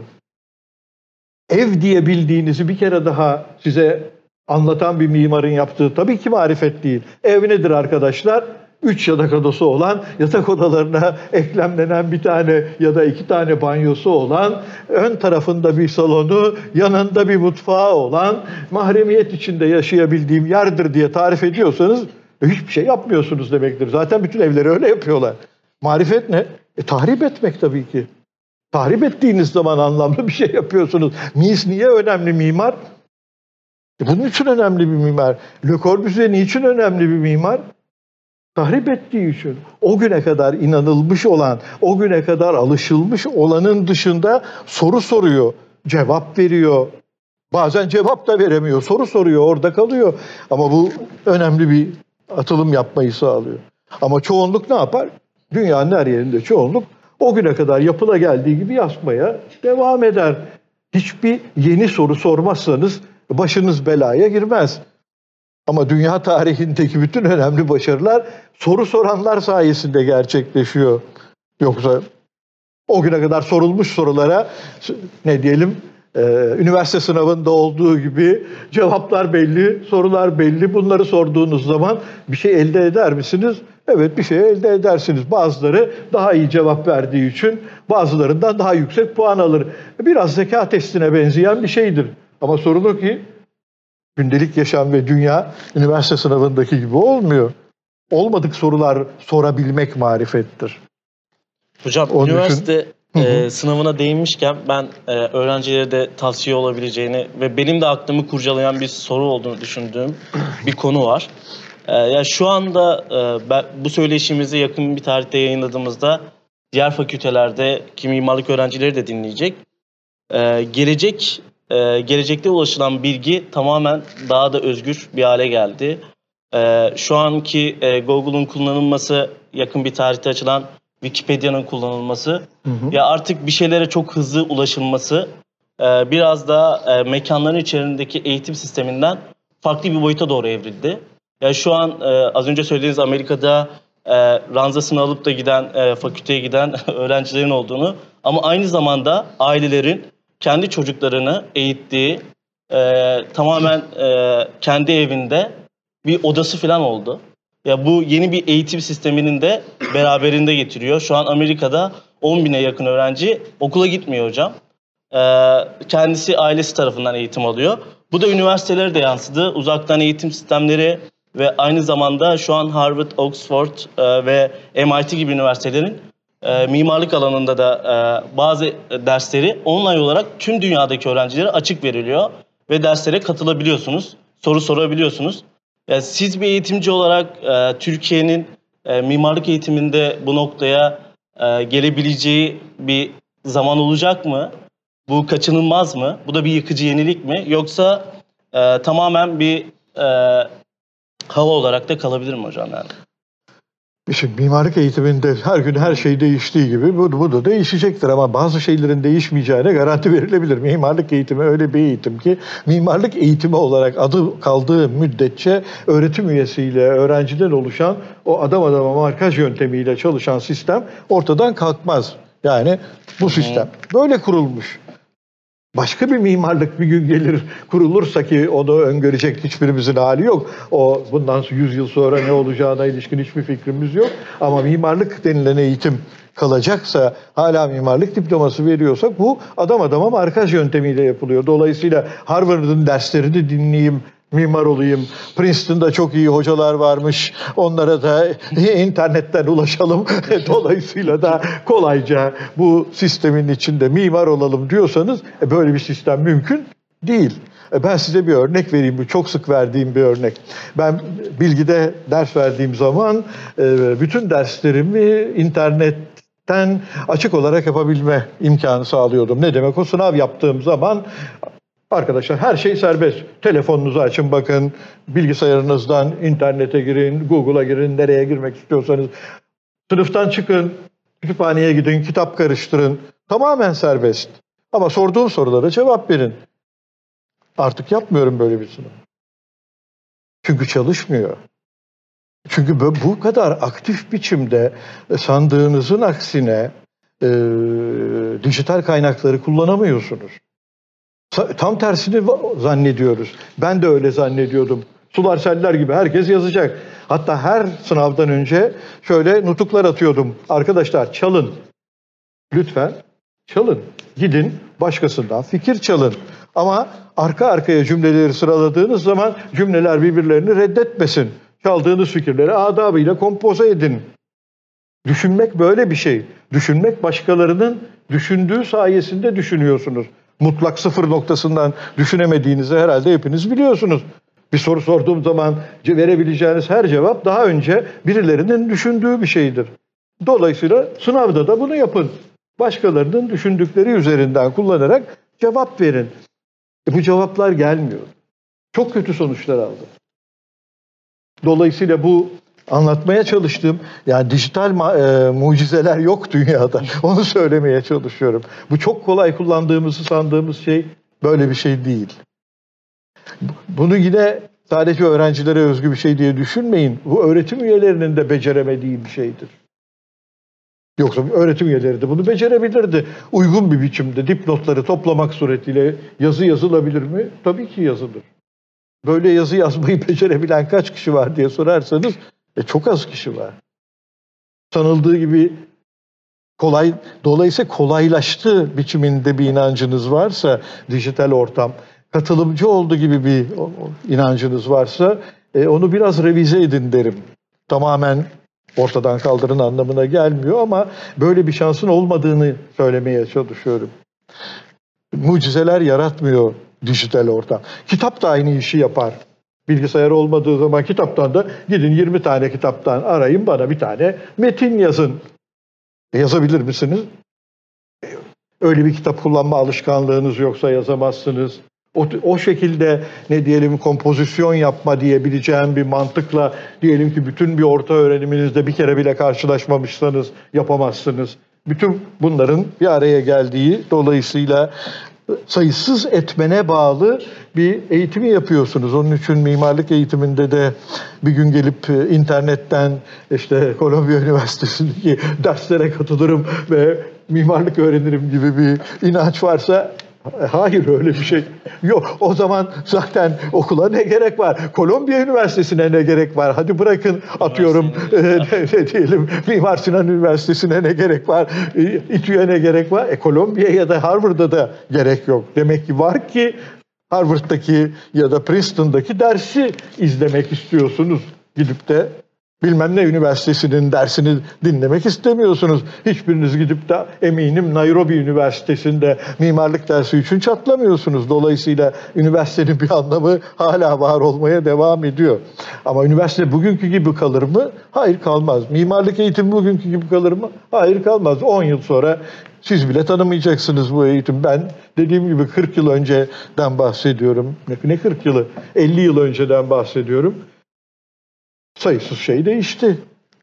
Ev diye bildiğinizi bir kere daha size anlatan bir mimarın yaptığı tabii ki marifet değil. Ev nedir arkadaşlar? 3 yatak odası olan, yatak odalarına eklemlenen bir tane ya da 2 tane banyosu olan, ön tarafında bir salonu, yanında bir mutfağı olan, mahremiyet içinde yaşayabildiğim yerdir diye tarif ediyorsanız hiçbir şey yapmıyorsunuz demektir. Zaten bütün evleri öyle yapıyorlar. Marifet ne? Tahrip etmek tabii ki. Tahrip ettiğiniz zaman anlamlı bir şey yapıyorsunuz. Mies niye önemli mimar? Bunun için önemli bir mimar. Le Corbusier niçin önemli bir mimar? Tahrip ettiği için. O güne kadar inanılmış olan, o güne kadar alışılmış olanın dışında soru soruyor, cevap veriyor. Bazen cevap da veremiyor. Soru soruyor, orada kalıyor. Ama bu önemli bir atılım yapmayı sağlıyor. Ama çoğunluk ne yapar? Dünyanın her yerinde çoğunluk o güne kadar yapıla geldiği gibi yazmaya devam eder. Hiçbir yeni soru sormazsanız başınız belaya girmez. Ama dünya tarihindeki bütün önemli başarılar soru soranlar sayesinde gerçekleşiyor. Yoksa o güne kadar sorulmuş sorulara ne diyelim üniversite sınavında olduğu gibi cevaplar belli, sorular belli. Bunları sorduğunuz zaman bir şey elde eder misiniz? Evet, bir şey elde edersiniz. Bazıları daha iyi cevap verdiği için bazılarından daha yüksek puan alır. Biraz zeka testine benzeyen bir şeydir. Ama sorun o ki gündelik yaşam ve dünya üniversite sınavındaki gibi olmuyor. Olmadık sorular sorabilmek marifettir. Hocam Onun üniversite sınavına değinmişken ben öğrencilere de tavsiye olabileceğini ve benim de aklımı kurcalayan bir soru olduğunu düşündüğüm bir konu var. Ya şu anda bu söyleşimizi yakın bir tarihte yayınladığımızda diğer fakültelerdeki mimarlık öğrencileri de dinleyecek. Gelecekte ulaşılan bilgi tamamen daha da özgür bir hale geldi. Şu anki Google'un kullanılması, yakın bir tarihte açılan Wikipedia'nın kullanılması, ya artık bir şeylere çok hızlı ulaşılması, biraz da mekanların içerisindeki eğitim sisteminden farklı bir boyuta doğru evrildi. Ya şu an az önce söylediğiniz Amerika'da ranzasını alıp da giden, fakülteye giden öğrencilerin olduğunu ama aynı zamanda ailelerin kendi çocuklarını eğittiği, tamamen kendi evinde bir odası falan oldu. Ya bu yeni bir eğitim sisteminin de beraberinde getiriyor. Şu an Amerika'da 10.000'e yakın öğrenci okula gitmiyor hocam. Kendisi ailesi tarafından eğitim alıyor. Bu da üniversitelere de yansıdı. Uzaktan eğitim sistemleri ve aynı zamanda şu an Harvard, Oxford ve MIT gibi üniversitelerin mimarlık alanında da bazı dersleri online olarak tüm dünyadaki öğrencilere açık veriliyor. Ve derslere katılabiliyorsunuz, soru sorabiliyorsunuz. Yani siz bir eğitimci olarak Türkiye'nin mimarlık eğitiminde bu noktaya gelebileceği bir zaman olacak mı? Bu kaçınılmaz mı? Bu da bir yıkıcı yenilik mi? Yoksa tamamen bir hava olarak da kalabilir mi hocam yani? Şimdi mimarlık eğitiminde her gün her şey değiştiği gibi bu da değişecektir ama bazı şeylerin değişmeyeceğine garanti verilebilir. Mimarlık eğitimi öyle bir eğitim ki mimarlık eğitimi olarak adı kaldığı müddetçe öğretim üyesiyle öğrenciden oluşan o adam adama markaj yöntemiyle çalışan sistem ortadan kalkmaz. Yani bu sistem böyle kurulmuş. Başka bir mimarlık bir gün gelir kurulursa ki onu öngörecek hiçbirimizin hali yok. O bundan 100 yıl sonra ne olacağına ilişkin hiçbir fikrimiz yok. Ama mimarlık denilen eğitim kalacaksa, hala mimarlık diploması veriyorsak bu adam adama markaj yöntemiyle yapılıyor. Dolayısıyla Harvard'ın derslerini dinleyeyim, mimar olayım. Princeton'da çok iyi hocalar varmış. Onlara da internetten ulaşalım. Dolayısıyla da kolayca bu sistemin içinde mimar olalım diyorsanız böyle bir sistem mümkün değil. Ben size bir örnek vereyim. Bu çok sık verdiğim bir örnek. Ben bilgide ders verdiğim zaman bütün derslerimi internetten açık olarak yapabilme imkanı sağlıyordum. Ne demek o? Sınav yaptığım zaman arkadaşlar her şey serbest. Telefonunuzu açın bakın, bilgisayarınızdan internete girin, Google'a girin, nereye girmek istiyorsanız. Sınıftan çıkın, kütüphaneye gidin, kitap karıştırın. Tamamen serbest. Ama sorduğum sorulara cevap verin. Artık yapmıyorum böyle bir sınav. Çünkü çalışmıyor. Çünkü bu kadar aktif biçimde sandığınızın aksine dijital kaynakları kullanamıyorsunuz. Tam tersini zannediyoruz. Ben de öyle zannediyordum. Sular seller gibi herkes yazacak. Hatta her sınavdan önce şöyle nutuklar atıyordum. Arkadaşlar çalın. Lütfen çalın. Gidin başkasından fikir çalın. Ama arka arkaya cümleleri sıraladığınız zaman cümleler birbirlerini reddetmesin. Çaldığınız fikirleri adabıyla kompoze edin. Düşünmek böyle bir şey. Düşünmek başkalarının düşündüğü sayesinde düşünüyorsunuz. Mutlak sıfır noktasından düşünemediğinizi herhalde hepiniz biliyorsunuz. Bir soru sorduğum zaman verebileceğiniz her cevap daha önce birilerinin düşündüğü bir şeydir. Dolayısıyla sınavda da bunu yapın. Başkalarının düşündükleri üzerinden kullanarak cevap verin. Bu cevaplar gelmiyor. Çok kötü sonuçlar aldı. Dolayısıyla bu anlatmaya çalıştığım, yani dijital mucizeler yok dünyada. Onu söylemeye çalışıyorum. Bu çok kolay kullandığımızı sandığımız şey böyle bir şey değil. Bunu yine sadece öğrencilere özgü bir şey diye düşünmeyin. Bu öğretim üyelerinin de beceremediği bir şeydir. Yoksa öğretim üyeleri de bunu becerebilirdi. Uygun bir biçimde dipnotları toplamak suretiyle yazı yazılabilir mi? Tabii ki yazılır. Böyle yazı yazmayı becerebilen kaç kişi var diye sorarsanız çok az kişi var. Sanıldığı gibi kolay, dolayısıyla kolaylaştı biçiminde bir inancınız varsa dijital ortam, katılımcı olduğu gibi bir inancınız varsa onu biraz revize edin derim. Tamamen ortadan kaldırın anlamına gelmiyor ama böyle bir şansın olmadığını söylemeye çalışıyorum. Mucizeler yaratmıyor dijital ortam. Kitap da aynı işi yapar. Bilgisayar olmadığı zaman kitaptan da gidin 20 tane kitaptan arayın, bana bir tane metin yazın. Yazabilir misiniz? Öyle bir kitap kullanma alışkanlığınız yoksa yazamazsınız. O şekilde ne diyelim kompozisyon yapma diyebileceğim bir mantıkla diyelim ki bütün bir orta öğreniminizde bir kere bile karşılaşmamışsanız yapamazsınız. Bütün bunların bir araya geldiği dolayısıyla sayısız etmene bağlı bir eğitimi yapıyorsunuz. Onun için mimarlık eğitiminde de bir gün gelip internetten işte Kolombiya Üniversitesi'ndeki derslere katılırım ve mimarlık öğrenirim gibi bir inanç varsa hayır, öyle bir şey yok. O zaman zaten okula ne gerek var? Kolombiya Üniversitesi'ne ne gerek var? Hadi bırakın atıyorum ne diyelim Mimar Sinan Üniversitesi'ne ne gerek var? İTÜ'ye ne gerek var? Kolombiya ya da Harvard'da da gerek yok. Demek ki var ki Harvard'daki ya da Princeton'daki dersi izlemek istiyorsunuz. Gidip de bilmem ne üniversitesinin dersini dinlemek istemiyorsunuz. Hiçbiriniz gidip de eminim Nairobi Üniversitesi'nde mimarlık dersi için çatlamıyorsunuz. Dolayısıyla üniversitenin bir anlamı hala var olmaya devam ediyor. Ama üniversite bugünkü gibi kalır mı? Hayır, kalmaz. Mimarlık eğitimi bugünkü gibi kalır mı? Hayır, kalmaz. 10 yıl sonra siz bile tanımayacaksınız bu eğitim. Ben dediğim gibi 40 yıl önceden bahsediyorum. Ne 40 yılı? 50 yıl önceden bahsediyorum. Sayısız şey değişti.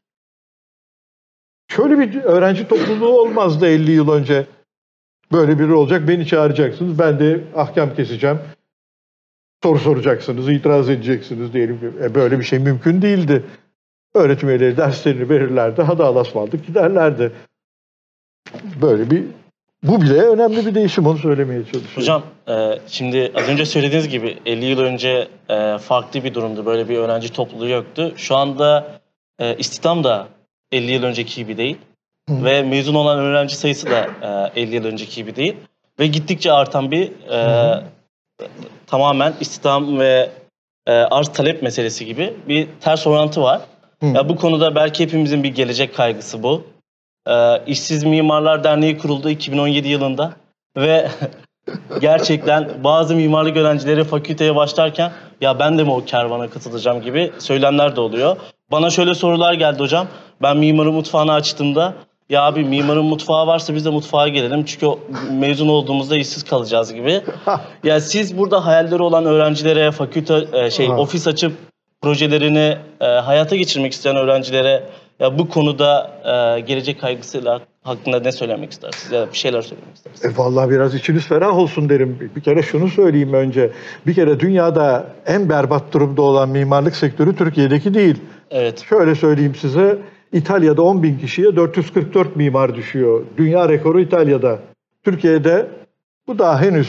Şöyle bir öğrenci topluluğu olmazdı 50 yıl önce. Böyle biri olacak, beni çağıracaksınız. Ben de ahkam keseceğim. Soru soracaksınız, itiraz edeceksiniz diyelim ki. Böyle bir şey mümkün değildi. Öğretim üyeleri derslerini verirlerdi. Hadi Allah'a ısmarladık giderlerdi. Böyle bir, bu bile önemli bir değişim, onu söylemeye çalışıyorum. Hocam şimdi az önce söylediğiniz gibi 50 yıl önce farklı bir durumdu. Böyle bir öğrenci topluluğu yoktu. Şu anda istihdam da 50 yıl önceki gibi değil. Ve mezun olan öğrenci sayısı da 50 yıl önceki gibi değil. Ve gittikçe artan bir tamamen istihdam ve arz talep meselesi gibi bir ters orantı var. Ya bu konuda belki hepimizin bir gelecek kaygısı bu. İşsiz Mimarlar Derneği kuruldu 2017 yılında ve gerçekten bazı mimarlık öğrencileri fakülteye başlarken ya ben de mi o kervana katılacağım gibi söylemler de oluyor. Bana şöyle sorular geldi hocam. Ben mimarın mutfağını açtığımda ya abi mimarın mutfağı varsa biz de mutfağa gelelim çünkü mezun olduğumuzda işsiz kalacağız gibi. Ya siz burada hayalleri olan öğrencilere ofis açıp projelerini hayata geçirmek isteyen öğrencilere ya bu konuda gelecek kaygısıyla hakkında ne söylemek istersiniz ya da bir şeyler söylemek istersiniz? Vallahi biraz içiniz ferah olsun derim. Bir kere şunu söyleyeyim önce. Bir kere dünyada en berbat durumda olan mimarlık sektörü Türkiye'deki değil. Evet. Şöyle söyleyeyim size. İtalya'da 10.000 kişiye 444 mimar düşüyor. Dünya rekoru İtalya'da. Türkiye'de bu daha henüz.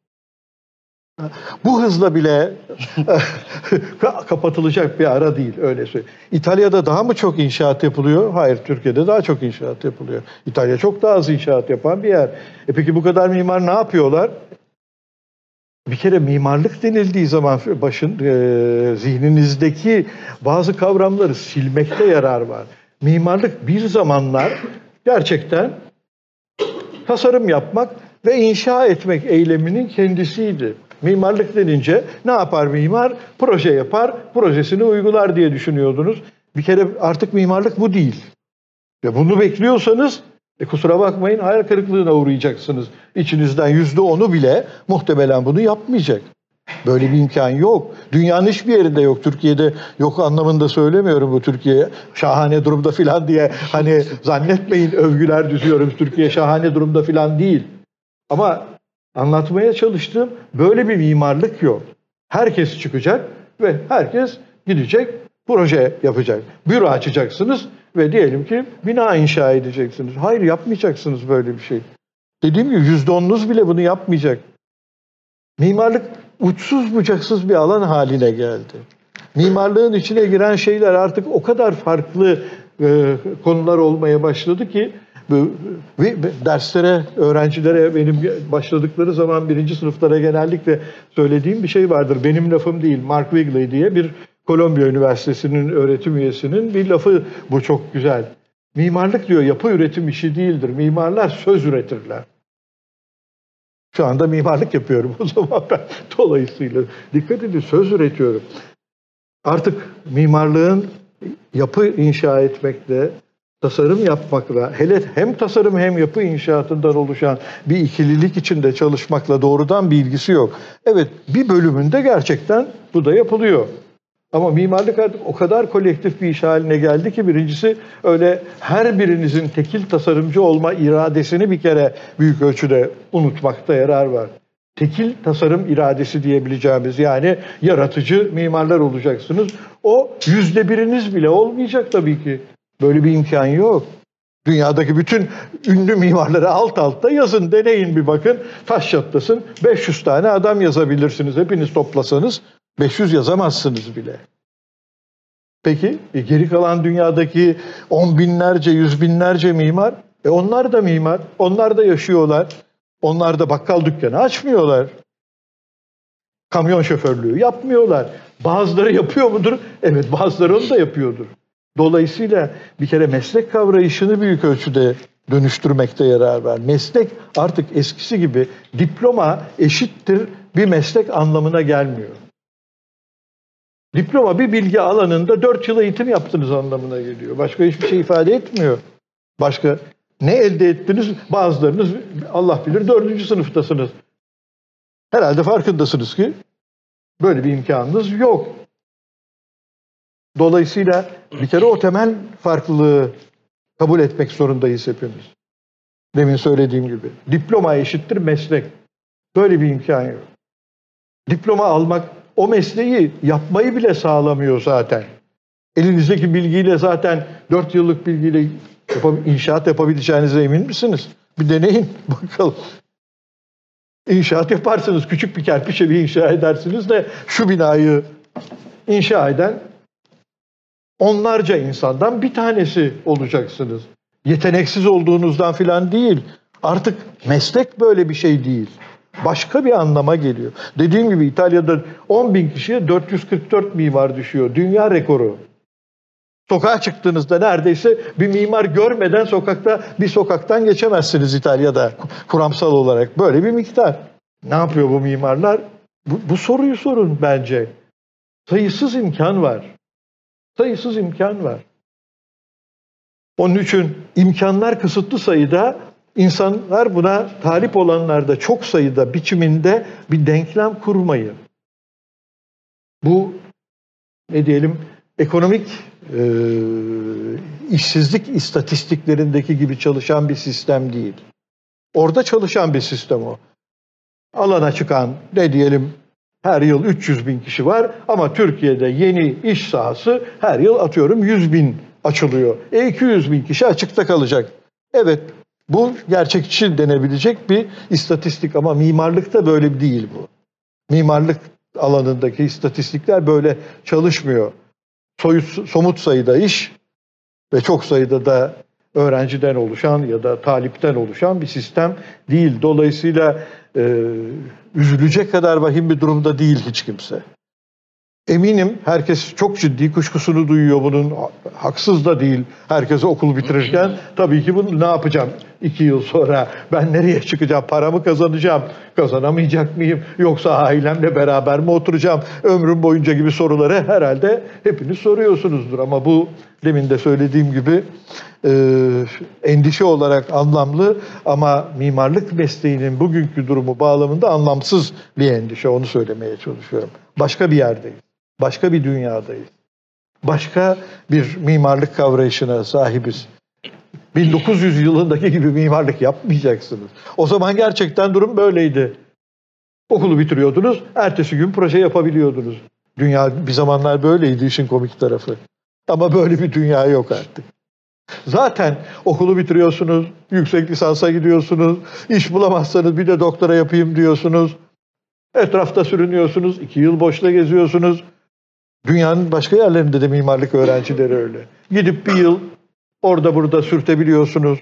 Bu hızla bile kapatılacak bir ara değil, öyle söyleyeyim. İtalya'da daha mı çok inşaat yapılıyor? Hayır, Türkiye'de daha çok inşaat yapılıyor. İtalya çok daha az inşaat yapan bir yer. Peki bu kadar mimar ne yapıyorlar? Bir kere mimarlık denildiği zaman zihninizdeki bazı kavramları silmekte yarar var. Mimarlık bir zamanlar gerçekten tasarım yapmak ve inşa etmek eyleminin kendisiydi. Mimarlık denince ne yapar mimar? Proje yapar, projesini uygular diye düşünüyordunuz. Bir kere artık mimarlık bu değil. Ve bunu bekliyorsanız Kusura bakmayın, hayal kırıklığına uğrayacaksınız. İçinizden %10'u bile muhtemelen bunu yapmayacak. Böyle bir imkan yok. Dünyanın hiçbir yerinde yok. Türkiye'de yok anlamında söylemiyorum bu, Türkiye şahane durumda filan diye. Hani zannetmeyin övgüler düzüyorum. Türkiye şahane durumda filan değil. Ama anlatmaya çalıştığım böyle bir mimarlık yok. Herkes çıkacak ve herkes gidecek, proje yapacak. Büro açacaksınız ve diyelim ki bina inşa edeceksiniz. Hayır, yapmayacaksınız böyle bir şey. Dediğim gibi %10'unuz bile bunu yapmayacak. Mimarlık uçsuz bucaksız bir alan haline geldi. Mimarlığın içine giren şeyler artık o kadar farklı konular olmaya başladı ki derslere, öğrencilere benim başladıkları zaman birinci sınıflara genellikle söylediğim bir şey vardır. Benim lafım değil, Mark Wigley diye bir Kolombiya Üniversitesi'nin öğretim üyesinin bir lafı bu, çok güzel. Mimarlık diyor yapı üretim işi değildir. Mimarlar söz üretirler. Şu anda mimarlık yapıyorum o zaman ben. Dolayısıyla dikkat edin, söz üretiyorum. Artık mimarlığın yapı inşa etmekle, tasarım yapmakla, hele hem tasarım hem yapı inşaatından oluşan bir ikililik içinde çalışmakla doğrudan bir ilgisi yok. Evet, bir bölümünde gerçekten bu da yapılıyor. Ama mimarlık artık o kadar kolektif bir iş haline geldi ki, birincisi öyle her birinizin tekil tasarımcı olma iradesini bir kere büyük ölçüde unutmakta yarar var. Tekil tasarım iradesi diyebileceğimiz, yani yaratıcı mimarlar olacaksınız. O %1'iniz bile olmayacak tabii ki. Böyle bir imkan yok. Dünyadaki bütün ünlü mimarları alt alta yazın, deneyin bir bakın. Taş çatlasın, 500 tane adam yazabilirsiniz. Hepiniz toplasanız 500 yazamazsınız bile. Peki geri kalan dünyadaki 10 binlerce, 100 binlerce mimar, onlar da mimar, onlar da yaşıyorlar. Onlar da bakkal dükkanı açmıyorlar. Kamyon şoförlüğü yapmıyorlar. Bazıları yapıyor mudur? Evet, bazıları onu da yapıyordur. Dolayısıyla bir kere meslek kavrayışını büyük ölçüde dönüştürmekte yarar var. Meslek artık eskisi gibi diploma eşittir bir meslek anlamına gelmiyor. Diploma bir bilgi alanında 4 yıl eğitim yaptınız anlamına geliyor. Başka hiçbir şey ifade etmiyor. Başka ne elde ettiniz? Bazılarınız Allah bilir 4. sınıftasınız. Herhalde farkındasınız ki böyle bir imkanınız yok. Dolayısıyla bir kere o temel farklılığı kabul etmek zorundayız hepimiz. Demin söylediğim gibi. Diploma eşittir meslek. Böyle bir imkan yok. Diploma almak o mesleği yapmayı bile sağlamıyor zaten. Elinizdeki bilgiyle zaten 4 yıllık bilgiyle inşaat yapabileceğinize emin misiniz? Bir deneyin bakalım. İnşaat yaparsınız. Küçük bir kerpiç evi inşa edersiniz de şu binayı inşa eden onlarca insandan bir tanesi olacaksınız. Yeteneksiz olduğunuzdan filan değil. Artık meslek böyle bir şey değil. Başka bir anlama geliyor. Dediğim gibi İtalya'da 10.000 kişiye 444 mimar düşüyor. Dünya rekoru. Sokağa çıktığınızda neredeyse bir mimar görmeden bir sokaktan geçemezsiniz İtalya'da kuramsal olarak. Böyle bir miktar. Ne yapıyor bu mimarlar? Bu soruyu sorun bence. Sayısız imkan var. Sayısız imkan var. Onun için imkanlar kısıtlı sayıda, insanlar buna talip olanlar da çok sayıda biçiminde bir denklem kurmayın. Bu ne diyelim ekonomik işsizlik istatistiklerindeki gibi çalışan bir sistem değil. Orada çalışan bir sistem o. Alana çıkan ne diyelim her yıl 300.000 kişi var ama Türkiye'de yeni iş sahası her yıl atıyorum 100.000 açılıyor. 200.000 kişi açıkta kalacak. Evet, bu gerçekçi denebilecek bir istatistik ama mimarlıkta böyle değil bu. Mimarlık alanındaki istatistikler böyle çalışmıyor. Somut sayıda iş ve çok sayıda da öğrenciden oluşan ya da talipten oluşan bir sistem değil. Dolayısıyla üzülecek kadar vahim bir durumda değil hiç kimse. Eminim herkes çok ciddi kuşkusunu duyuyor bunun. Haksız da değil herkese okul bitirirken. Tabii ki bunu ne yapacağım 2 yıl sonra? Ben nereye çıkacağım? Paramı kazanacağım? Kazanamayacak mıyım? Yoksa ailemle beraber mi oturacağım? Ömrüm boyunca gibi soruları herhalde hepiniz soruyorsunuzdur. Ama bu demin de söylediğim gibi endişe olarak anlamlı ama mimarlık mesleğinin bugünkü durumu bağlamında anlamsız bir endişe. Onu söylemeye çalışıyorum. Başka bir yerdeyiz. Başka bir dünyadayız. Başka bir mimarlık kavrayışına sahibiz. 1900 yılındaki gibi mimarlık yapmayacaksınız. O zaman gerçekten durum böyleydi. Okulu bitiriyordunuz, ertesi gün proje yapabiliyordunuz. Dünya bir zamanlar böyleydi, işin komik tarafı. Ama böyle bir dünya yok artık. Zaten okulu bitiriyorsunuz, yüksek lisansa gidiyorsunuz, iş bulamazsanız bir de doktora yapayım diyorsunuz. Etrafta sürünüyorsunuz, 2 yıl boşta geziyorsunuz. Dünyanın başka yerlerinde de mimarlık öğrencileri öyle. Gidip 1 yıl orada burada sürtebiliyorsunuz.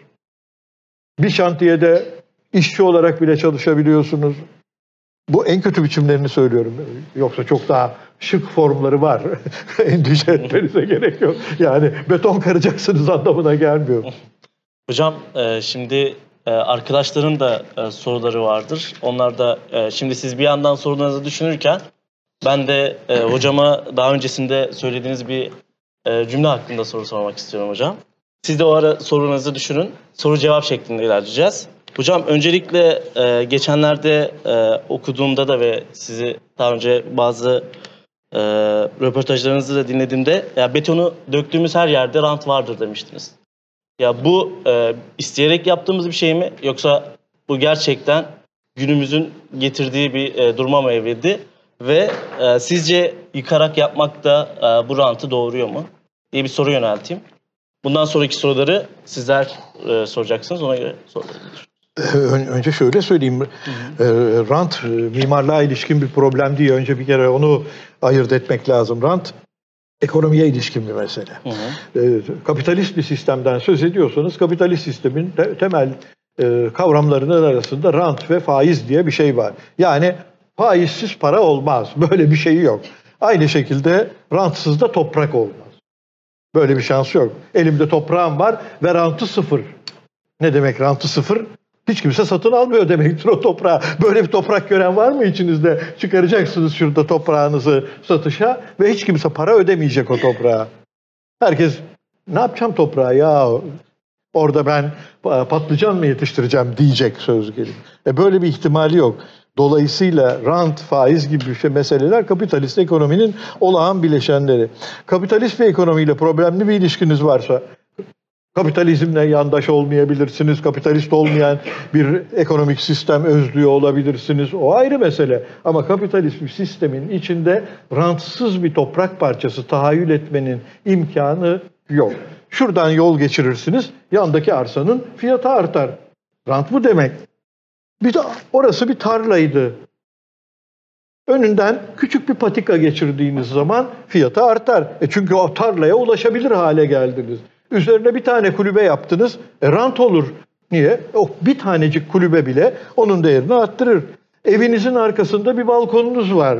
Bir şantiyede işçi olarak bile çalışabiliyorsunuz. Bu en kötü biçimlerini söylüyorum. Yoksa çok daha şık formları var. Endişe etmenize gerek yok. Yani beton kıracaksınız anlamına gelmiyor. Hocam şimdi arkadaşların da soruları vardır. Onlar da şimdi siz bir yandan sorularınızı düşünürken ben de hocama daha öncesinde söylediğiniz bir cümle hakkında soru sormak istiyorum hocam. Siz de o ara sorularınızı düşünün. Soru cevap şeklinde ilerleyeceğiz. Hocam öncelikle geçenlerde okuduğumda da ve sizi daha önce bazı röportajlarınızı da dinlediğimde ya betonu döktüğümüz her yerde rant vardır demiştiniz. Ya bu isteyerek yaptığımız bir şey mi yoksa bu gerçekten günümüzün getirdiği bir duruma mı evrildi ve sizce yıkarak yapmak da bu rantı doğuruyor mu diye bir soru yönelteyim. Bundan sonraki soruları sizler soracaksınız ona göre sorulabilir. Önce şöyle söyleyeyim. Rant mimarlığa ilişkin bir problem değil. Önce bir kere onu ayırt etmek lazım. Rant ekonomiye ilişkin bir mesele. Kapitalist bir sistemden söz ediyorsanız kapitalist sistemin temel kavramlarının arasında rant ve faiz diye bir şey var. Yani faizsiz para olmaz. Böyle bir şey yok. Aynı şekilde rantsız da toprak olmaz. Böyle bir şans yok. Elimde toprağım var ve rantı sıfır. Ne demek rantı sıfır? Hiç kimse satın almıyor demektir o toprağı. Böyle bir toprak gören var mı içinizde? Çıkaracaksınız şurada toprağınızı satışa ve hiç kimse para ödemeyecek o toprağa. Herkes ne yapacağım toprağı ya? Orada ben patlıcan mı yetiştireceğim diyecek söz gelimi. Böyle bir ihtimali yok. Dolayısıyla rant, faiz gibi meseleler kapitalist ekonominin olağan bileşenleri. Kapitalist bir ekonomiyle problemli bir ilişkiniz varsa kapitalizmle yandaş olmayabilirsiniz. Kapitalist olmayan bir ekonomik sistem özlüyor olabilirsiniz. O ayrı mesele. Ama kapitalist bir sistemin içinde rantsız bir toprak parçası tahayyül etmenin imkanı yok. Şuradan yol geçirirsiniz, yandaki arsanın fiyatı artar. Rant bu demek. Bir de orası bir tarlaydı. Önünden küçük bir patika geçirdiğiniz zaman fiyatı artar. Çünkü o tarlaya ulaşabilir hale geldiniz. Üzerine bir tane kulübe yaptınız, rant olur. Niye? O bir tanecik kulübe bile onun değerini arttırır. Evinizin arkasında bir balkonunuz var.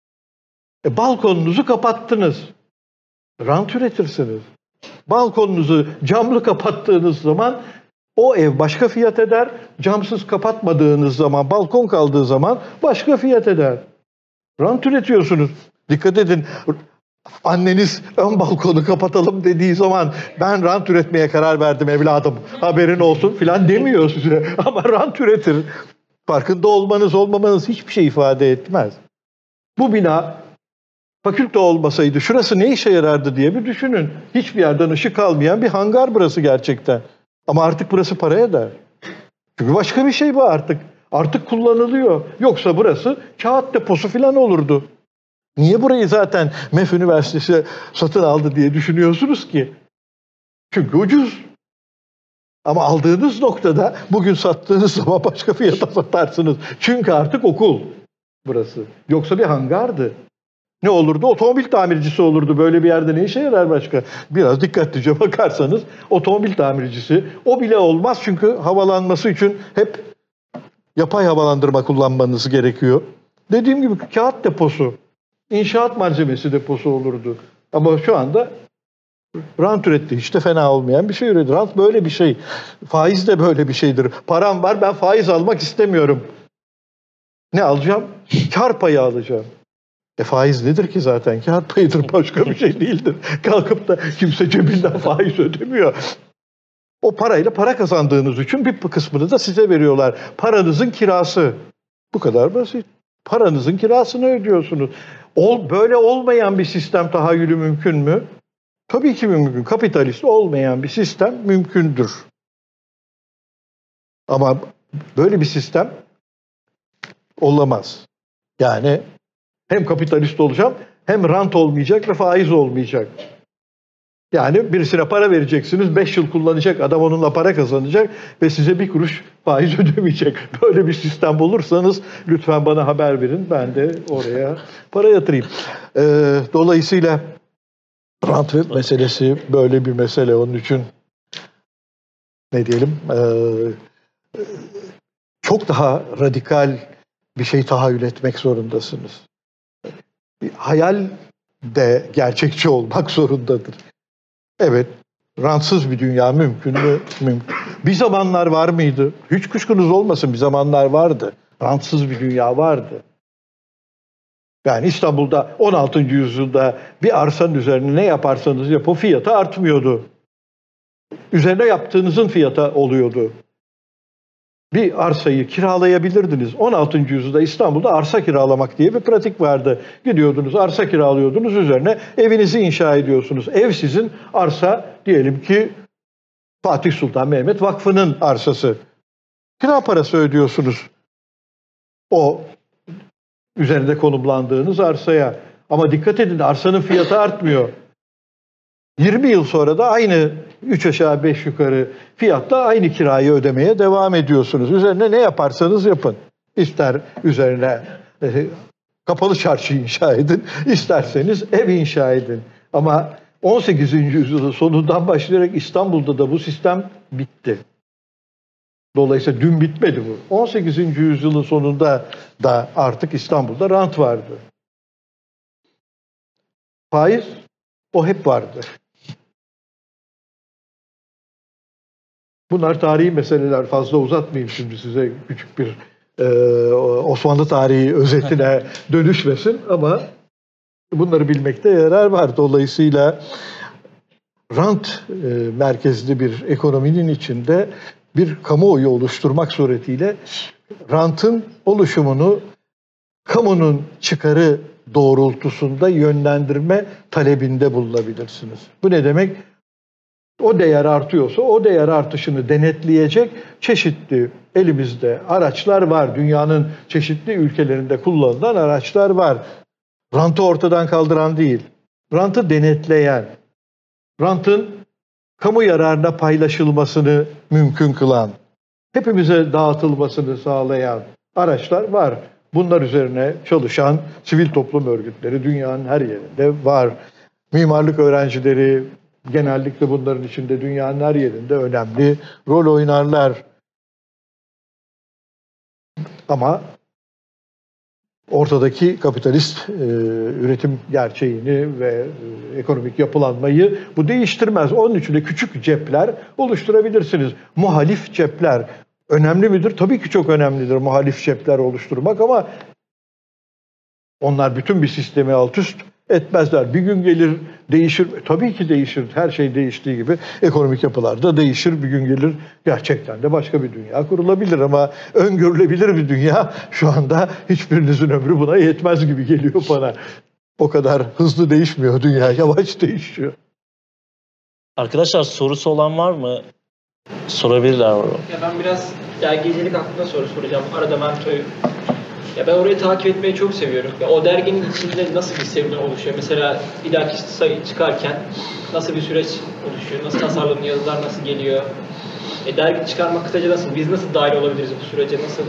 Balkonunuzu kapattınız. Rant üretirsiniz. Balkonunuzu camlı kapattığınız zaman o ev başka fiyat eder. Camsız kapatmadığınız zaman, balkon kaldığı zaman başka fiyat eder. Rant üretiyorsunuz. Dikkat edin. Anneniz ön balkonu kapatalım dediği zaman ben rant üretmeye karar verdim evladım haberin olsun filan demiyor size. Ama rant üretir. Farkında olmanız olmamanız hiçbir şey ifade etmez. Bu bina fakülte olmasaydı şurası ne işe yarardı diye bir düşünün. Hiçbir yerden ışık almayan bir hangar burası gerçekten. Ama artık burası para eder. Çünkü başka bir şey bu artık. Artık kullanılıyor. Yoksa burası kağıt deposu filan olurdu. Niye burayı zaten MEF Üniversitesi satın aldı diye düşünüyorsunuz ki? Çünkü ucuz. Ama aldığınız noktada bugün sattığınız zaman başka fiyata satarsınız. Çünkü artık okul burası. Yoksa bir hangardı. Ne olurdu? Otomobil tamircisi olurdu. Böyle bir yerde ne işe yarar başka? Biraz dikkatlice bakarsanız otomobil tamircisi o bile olmaz çünkü havalanması için hep yapay havalandırma kullanmanız gerekiyor. Dediğim gibi kağıt deposu, inşaat malzemesi deposu olurdu. Ama şu anda rant üretti. Hiç de fena olmayan bir şey üretti. Rant böyle bir şey. Faiz de böyle bir şeydir. Param var ben faiz almak istemiyorum. Ne alacağım? Kar payı alacağım. Faiz nedir ki zaten? Kağıt payıdır, başka bir şey değildir. Kalkıp da kimse cebinden faiz ödemiyor. O parayla para kazandığınız için bir kısmını da size veriyorlar. Paranızın kirası. Bu kadar basit. Paranızın kirasını ödüyorsunuz. Böyle olmayan bir sistem tahayyülü mümkün mü? Tabii ki mümkün. Kapitalist olmayan bir sistem mümkündür. Ama böyle bir sistem olamaz. Yani hem kapitalist olacağım, hem rant olmayacak ve faiz olmayacak. Yani birisine para vereceksiniz, 5 yıl kullanacak, adam onunla para kazanacak ve size bir kuruş faiz ödemeyecek. Böyle bir sistem bulursanız lütfen bana haber verin, ben de oraya para yatırayım. Dolayısıyla rant meselesi böyle bir mesele. Onun için ne diyelim, çok daha radikal bir şey tahayyül etmek zorundasınız. Hayal de gerçekçi olmak zorundadır. Evet, rantsız bir dünya mümkün mü? Mümkün. Bir zamanlar var mıydı? Hiç kuşkunuz olmasın, bir zamanlar vardı. Rantsız bir dünya vardı. Yani İstanbul'da 16. yüzyılda bir arsanın üzerine ne yaparsanız yapın fiyatı artmıyordu. Üzerine yaptığınızın fiyatı oluyordu. Bir arsayı kiralayabilirdiniz. 16. yüzyılda İstanbul'da arsa kiralamak diye bir pratik vardı. Gidiyordunuz, arsa kiralıyordunuz, üzerine evinizi inşa ediyorsunuz. Ev sizin, arsa diyelim ki Fatih Sultan Mehmet Vakfı'nın arsası. Kira parası ödüyorsunuz o üzerinde konumlandığınız arsaya. Ama dikkat edin, arsanın fiyatı artmıyor. 20 yıl sonra da aynı 3 aşağı 5 yukarı fiyatta aynı kirayı ödemeye devam ediyorsunuz. Üzerine ne yaparsanız yapın. İster üzerine kapalı çarşı inşa edin, isterseniz ev inşa edin. Ama 18. yüzyılın sonundan başlayarak İstanbul'da da bu sistem bitti. Dolayısıyla dün bitmedi bu. 18. yüzyılın sonunda da artık İstanbul'da rant vardı. Faiz, o hep vardı. Bunlar tarihi meseleler. Fazla uzatmayayım şimdi size, küçük bir Osmanlı tarihi özetine dönüşmesin ama bunları bilmekte yarar var. Dolayısıyla rant merkezli bir ekonominin içinde bir kamuoyu oluşturmak suretiyle rantın oluşumunu kamunun çıkarı doğrultusunda yönlendirme talebinde bulunabilirsiniz. Bu ne demek? O değer artıyorsa o değer artışını denetleyecek çeşitli elimizde araçlar var. Dünyanın çeşitli ülkelerinde kullanılan araçlar var. Rantı ortadan kaldıran değil, rantı denetleyen, rantın kamu yararına paylaşılmasını mümkün kılan, hepimize dağıtılmasını sağlayan araçlar var. Bunlar üzerine çalışan sivil toplum örgütleri dünyanın her yerinde var. Mimarlık öğrencileri genellikle bunların içinde dünyanın her yerinde önemli rol oynarlar. Ama ortadaki kapitalist üretim gerçeğini ve ekonomik yapılanmayı bu değiştirmez. Onun için de küçük cepler oluşturabilirsiniz. Muhalif cepler önemli midir? Tabii ki çok önemlidir muhalif cepler oluşturmak ama onlar bütün bir sistemi alt üst etmezler. Bir gün gelir değişir. Tabii ki değişir. Her şey değiştiği gibi ekonomik yapılar da değişir. Bir gün gelir gerçekten de başka bir dünya kurulabilir ama öngörülebilir bir dünya şu anda hiçbirinizin ömrü buna yetmez gibi geliyor bana. O kadar hızlı değişmiyor dünya. Yavaş değişiyor. Arkadaşlar sorusu olan var mı? Sorabilirler. Ya ben biraz dergicilik hakkında soru soracağım. Arada Mento'yu. Ya ben orayı takip etmeyi çok seviyorum. Ya o derginin içinde nasıl bir serüven oluşuyor? Mesela bir dahaki sayı çıkarken nasıl bir süreç oluşuyor? Nasıl tasarlanıyor? Yazılar nasıl geliyor? Dergi çıkarmak kısaca nasıl? Biz nasıl dahil olabiliriz bu sürece? Nasıl?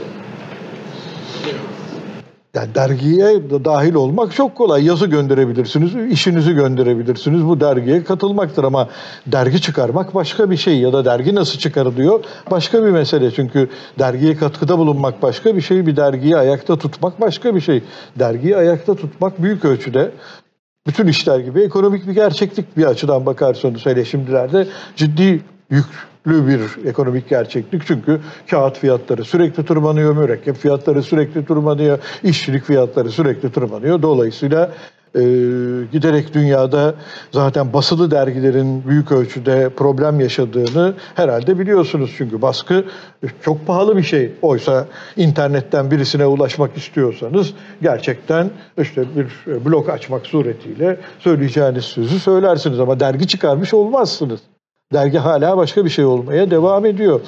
Yani dergiye dahil olmak çok kolay. Yazı gönderebilirsiniz, işinizi gönderebilirsiniz. Bu dergiye katılmaktır ama dergi çıkarmak başka bir şey ya da dergi nasıl çıkarılıyor başka bir mesele. Çünkü dergiye katkıda bulunmak başka bir şey, bir dergiyi ayakta tutmak başka bir şey. Dergiyi ayakta tutmak büyük ölçüde bütün işler gibi ekonomik bir gerçeklik bir açıdan bakarsanız hele şimdilerde ciddi yük bir ekonomik gerçeklik. Çünkü kağıt fiyatları sürekli tırmanıyor, mürekkep fiyatları sürekli tırmanıyor, işçilik fiyatları sürekli tırmanıyor. Dolayısıyla giderek dünyada zaten basılı dergilerin büyük ölçüde problem yaşadığını herhalde biliyorsunuz. Çünkü baskı çok pahalı bir şey. Oysa internetten birisine ulaşmak istiyorsanız gerçekten işte bir blog açmak suretiyle söyleyeceğiniz sözü söylersiniz ama dergi çıkarmış olmazsınız. Dergi hala başka bir şey olmaya devam ediyor.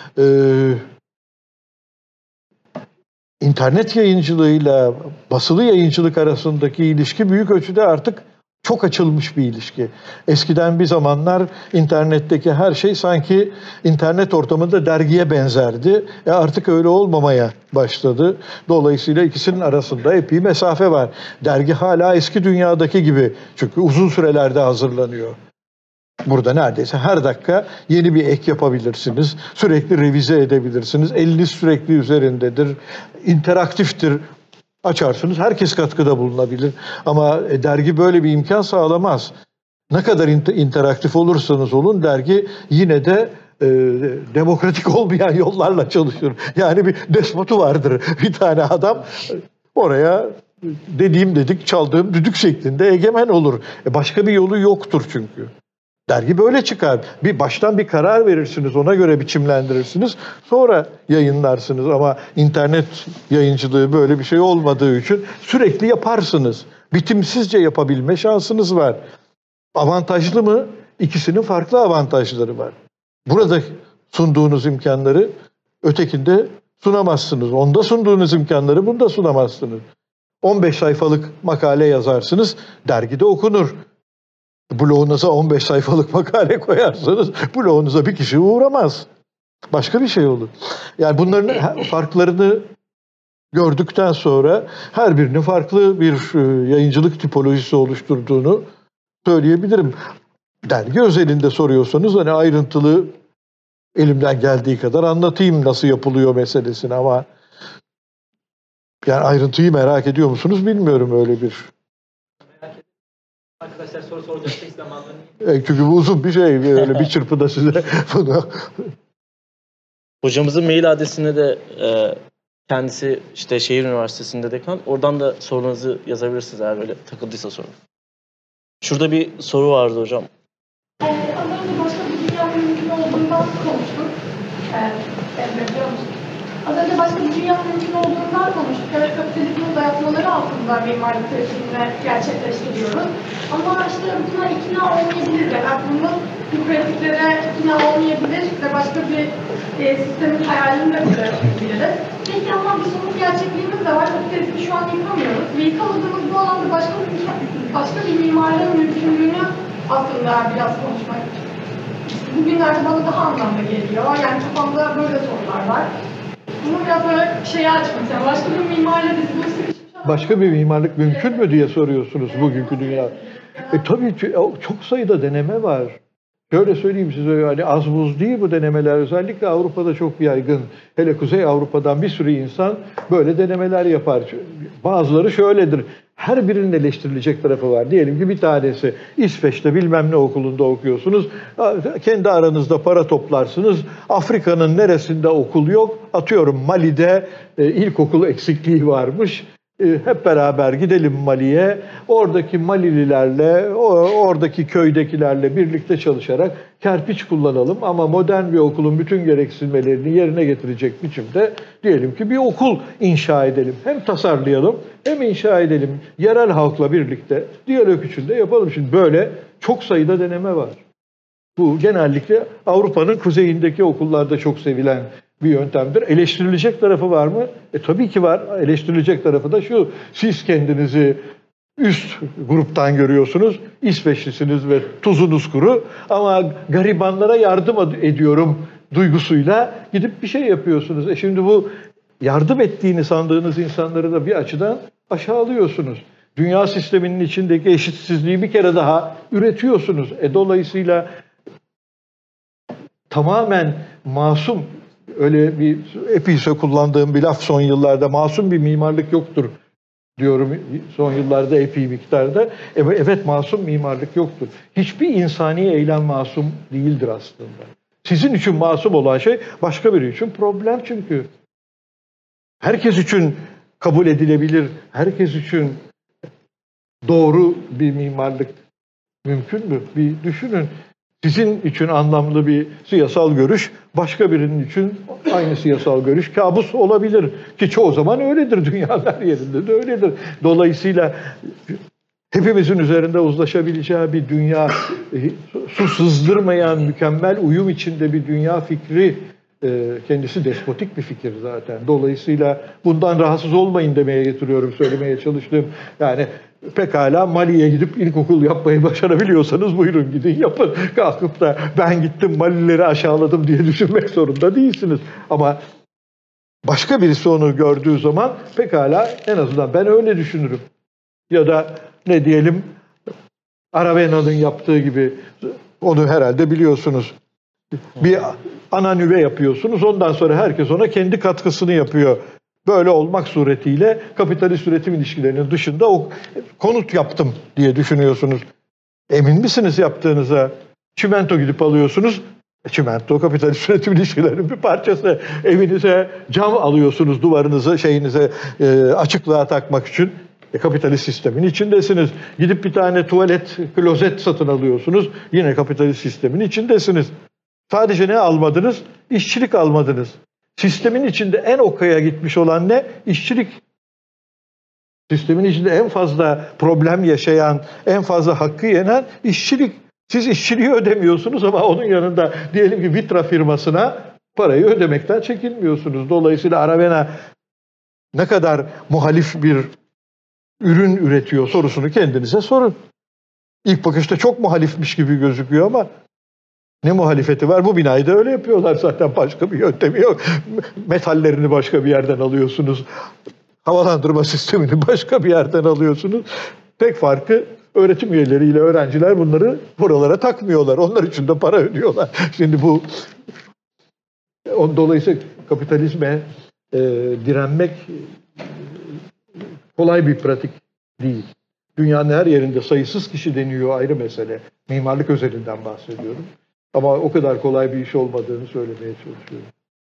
İnternet yayıncılığıyla basılı yayıncılık arasındaki ilişki büyük ölçüde artık çok açılmış bir ilişki. Eskiden bir zamanlar internetteki her şey sanki internet ortamında dergiye benzerdi. Artık öyle olmamaya başladı. Dolayısıyla ikisinin arasında epey mesafe var. Dergi hala eski dünyadaki gibi. Çünkü uzun sürelerde hazırlanıyor. Burada neredeyse her dakika yeni bir ek yapabilirsiniz. Sürekli revize edebilirsiniz. Eliniz sürekli üzerindedir. İnteraktiftir. Açarsınız. Herkes katkıda bulunabilir. Ama dergi böyle bir imkan sağlamaz. Ne kadar interaktif olursanız olun dergi yine de demokratik olmayan yollarla çalışır. Yani bir despotu vardır. Bir tane adam oraya dediğim dedik, çaldığım düdük şeklinde egemen olur. Başka bir yolu yoktur çünkü. Dergi böyle çıkar. Baştan bir karar verirsiniz, ona göre biçimlendirirsiniz. Sonra yayınlarsınız ama internet yayıncılığı böyle bir şey olmadığı için sürekli yaparsınız. Bitimsizce yapabilme şansınız var. Avantajlı mı? İkisinin farklı avantajları var. Burada sunduğunuz imkanları ötekinde sunamazsınız. Onda sunduğunuz imkanları bunda sunamazsınız. 15 sayfalık makale yazarsınız, dergide okunur. Blogunuza 15 sayfalık makale koyarsanız blogunuza bir kişi uğramaz. Başka bir şey olur. Yani bunların farklarını gördükten sonra her birinin farklı bir yayıncılık tipolojisi oluşturduğunu söyleyebilirim. Dergi özelinde soruyorsanız hani ayrıntılı elimden geldiği kadar anlatayım nasıl yapılıyor meselesini ama yani ayrıntıyı merak ediyor musunuz bilmiyorum öyle bir. Arkadaşlar soru soracak tek zamanlarını. Çünkü bu uzun bir şey. Öyle bir çırpıda size bunu. Hocamızın mail adresine de kendisi işte şehir üniversitesinde dekan. Oradan da sorunuzu yazabilirsiniz eğer öyle takıldıysa sorun. Şurada bir soru vardı hocam. Az önce başka bir dünya mümkün olduğundan konuştuk. Biliyor musun? Az önce başka bir dünya mümkün olduğundan konuştuk. Evet, kapitalizmin dayatmaları altında mimarlık üretimini gerçekleştiriyoruz. Ama işte buna ikna olmayabiliriz. Yani aklımız bu pratiklere ikna olmayabilir ve başka bir sistemin hayalini de kurabiliriz. Peki ama bir somut gerçekliğimiz de var. Kapitalizmi şu an yıkamıyoruz. Ve yıkamadığımız bu alanda başka bir mimarlığın mümkünlüğünü aslında biraz konuşmak. Bugünlerde bana daha anlamlı geliyor. Yani kafamda böyle sorular var. Bunu biraz böyle şeye açmak. Yani başka bir mimarla biz bu sıkışmış. Başka bir mimarlık mümkün mü diye soruyorsunuz bugünkü dünya. Tabii çok sayıda deneme var. Şöyle söyleyeyim size yani az buz değil bu denemeler. Özellikle Avrupa'da çok yaygın. Hele Kuzey Avrupa'dan bir sürü insan böyle denemeler yapar. Bazıları şöyledir. Her birinin eleştirilecek tarafı var. Diyelim ki bir tanesi İsveç'te bilmem ne okulunda okuyorsunuz. Kendi aranızda para toplarsınız. Afrika'nın neresinde okul yok? Atıyorum Mali'de ilkokul eksikliği varmış. Hep beraber gidelim Mali'ye. Oradaki Malililerle, oradaki köydekilerle birlikte çalışarak kerpiç kullanalım. Ama modern bir okulun bütün gereksinmelerini yerine getirecek biçimde diyelim ki bir okul inşa edelim. Hem tasarlayalım hem inşa edelim. Yerel halkla birlikte diyalog içinde yapalım. Şimdi böyle çok sayıda deneme var. Bu genellikle Avrupa'nın kuzeyindeki okullarda çok sevilen bir yöntemdir. Eleştirilecek tarafı var mı? Tabii ki var. Eleştirilecek tarafı da şu. Siz kendinizi üst gruptan görüyorsunuz. İsveçlisiniz ve tuzunuz kuru. Ama garibanlara yardım ediyorum duygusuyla gidip bir şey yapıyorsunuz. Şimdi bu yardım ettiğini sandığınız insanları da bir açıdan aşağılıyorsunuz. Dünya sisteminin içindeki eşitsizliği bir kere daha üretiyorsunuz. Dolayısıyla tamamen masum, öyle bir epeyce kullandığım bir laf son yıllarda, masum bir mimarlık yoktur diyorum son yıllarda epey miktarda. Evet, masum mimarlık yoktur. Hiçbir insani eylem masum değildir aslında. Sizin için masum olan şey başka biri için problem çünkü. Herkes için kabul edilebilir, herkes için doğru bir mimarlık mümkün mü? Bir düşünün. Sizin için anlamlı bir siyasal görüş, başka birinin için aynı siyasal görüş kabus olabilir. Ki çoğu zaman öyledir, dünyanın her yerinde de öyledir. Dolayısıyla hepimizin üzerinde uzlaşabileceği bir dünya, su sızdırmayan, mükemmel uyum içinde bir dünya fikri, kendisi despotik bir fikir zaten. Dolayısıyla bundan rahatsız olmayın demeye getiriyorum, söylemeye çalıştığım. Yani pekala Mali'ye gidip ilkokul yapmayı başarabiliyorsanız buyurun gidin yapın. Kalkıp da ben gittim Malileri aşağıladım diye düşünmek zorunda değilsiniz. Ama başka birisi onu gördüğü zaman pekala en azından ben öyle düşünürüm. Ya da ne diyelim Aravena'nın yaptığı gibi, onu herhalde biliyorsunuz. Bir ana nüve yapıyorsunuz, ondan sonra herkes ona kendi katkısını yapıyor. Böyle olmak suretiyle kapitalist üretim ilişkilerinin dışında o konut yaptım diye düşünüyorsunuz. Emin misiniz yaptığınıza? Çimento gidip alıyorsunuz. Çimento kapitalist üretim ilişkilerinin bir parçası. Evinize cam alıyorsunuz, duvarınıza, şeyinize açıklığa takmak için. Kapitalist sistemin içindesiniz. Gidip bir tane tuvalet, klozet satın alıyorsunuz. Yine kapitalist sistemin içindesiniz. Sadece ne almadınız? İşçilik almadınız. Sistemin içinde en okaya gitmiş olan ne? İşçilik. Sistemin içinde en fazla problem yaşayan, en fazla hakkı yenen işçilik. Siz işçiliği ödemiyorsunuz ama onun yanında diyelim ki Vitra firmasına parayı ödemekten çekinmiyorsunuz. Dolayısıyla Aravena ne kadar muhalif bir ürün üretiyor sorusunu kendinize sorun. İlk bakışta çok muhalifmiş gibi gözüküyor ama ne muhalefeti var? Bu binayı da öyle yapıyorlar zaten. Başka bir yöntemi yok. Metallerini başka bir yerden alıyorsunuz. Havalandırma sistemini başka bir yerden alıyorsunuz. Tek farkı öğretim üyeleriyle öğrenciler bunları buralara takmıyorlar. Onlar için de para ödüyorlar. Şimdi bu dolayısıyla kapitalizme direnmek kolay bir pratik değil. Dünyanın her yerinde sayısız kişi deniyor, ayrı mesele. Mimarlık özelinden bahsediyorum. Ama o kadar kolay bir iş olmadığını söylemeye çalışıyorum.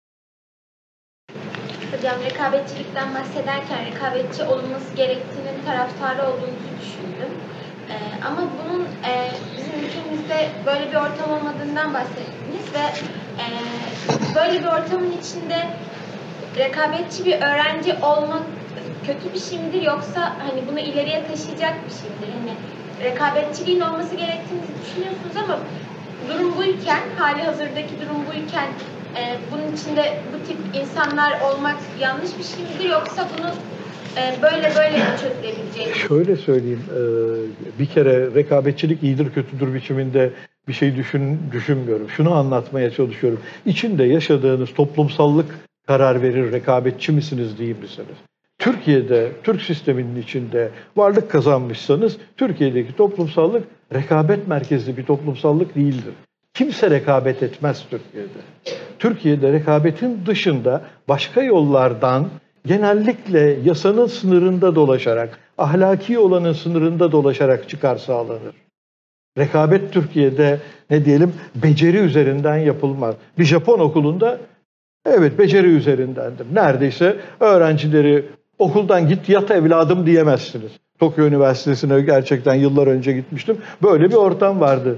Hocam rekabetçilikten bahsederken rekabetçi olunması gerektiğinin taraftarı olduğunuzu düşündüm. Ama bunun bizim ülkemizde böyle bir ortam olmadığından bahsettiniz ve böyle bir ortamın içinde rekabetçi bir öğrenci olmak kötü bir şey midir yoksa hani bunu ileriye taşıyacak bir şey midir? Hani rekabetçiliğin olması gerektiğini düşünüyorsunuz ama durum buyken, hali hazırdaki durum buyken bunun içinde bu tip insanlar olmak yanlış bir şey midir yoksa bunu böyle mi çözülebileceğini? Şöyle söyleyeyim, bir kere rekabetçilik iyidir kötüdür biçiminde bir şey düşünmüyorum. Şunu anlatmaya çalışıyorum. İçinde yaşadığınız toplumsallık karar verir, rekabetçi misiniz değil misiniz? Türkiye'de, Türk sisteminin içinde varlık kazanmışsanız Türkiye'deki toplumsallık rekabet merkezli bir toplumsallık değildir. Kimse rekabet etmez Türkiye'de. Türkiye'de rekabetin dışında başka yollardan genellikle yasanın sınırında dolaşarak, ahlaki olanın sınırında dolaşarak çıkar sağlanır. Rekabet Türkiye'de ne diyelim beceri üzerinden yapılmaz. Bir Japon okulunda evet beceri üzerindendir. Neredeyse öğrencileri okuldan git yat evladım diyemezsiniz. Tokyo Üniversitesi'ne gerçekten yıllar önce gitmiştim. Böyle bir ortam vardı.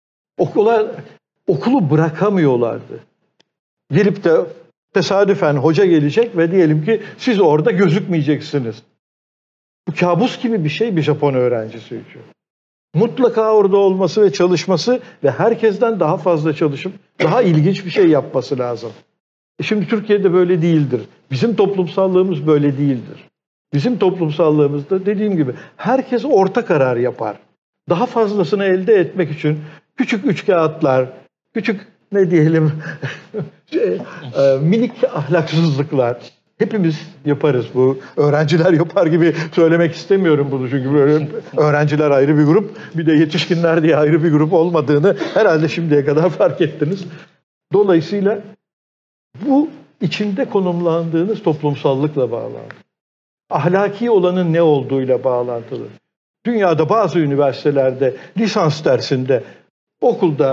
Okulu bırakamıyorlardı. Gelip de tesadüfen hoca gelecek ve diyelim ki siz orada gözükmeyeceksiniz. Bu kabus gibi bir şey bir Japon öğrencisi için. Mutlaka orada olması ve çalışması ve herkesten daha fazla çalışıp daha ilginç bir şey yapması lazım. Şimdi Türkiye'de böyle değildir. Bizim toplumsallığımız böyle değildir. Bizim toplumsallığımızda dediğim gibi herkes orta karar yapar. Daha fazlasını elde etmek için küçük üçkağıtlar, küçük ne diyelim minik ahlaksızlıklar hepimiz yaparız. Bu öğrenciler yapar gibi söylemek istemiyorum bunu çünkü böyle öğrenciler ayrı bir grup, bir de yetişkinler diye ayrı bir grup olmadığını herhalde şimdiye kadar fark ettiniz. Dolayısıyla bu içinde konumlandığınız toplumsallıkla bağlantılı. Ahlaki olanın ne olduğuyla bağlantılı. Dünyada bazı üniversitelerde lisans dersinde okulda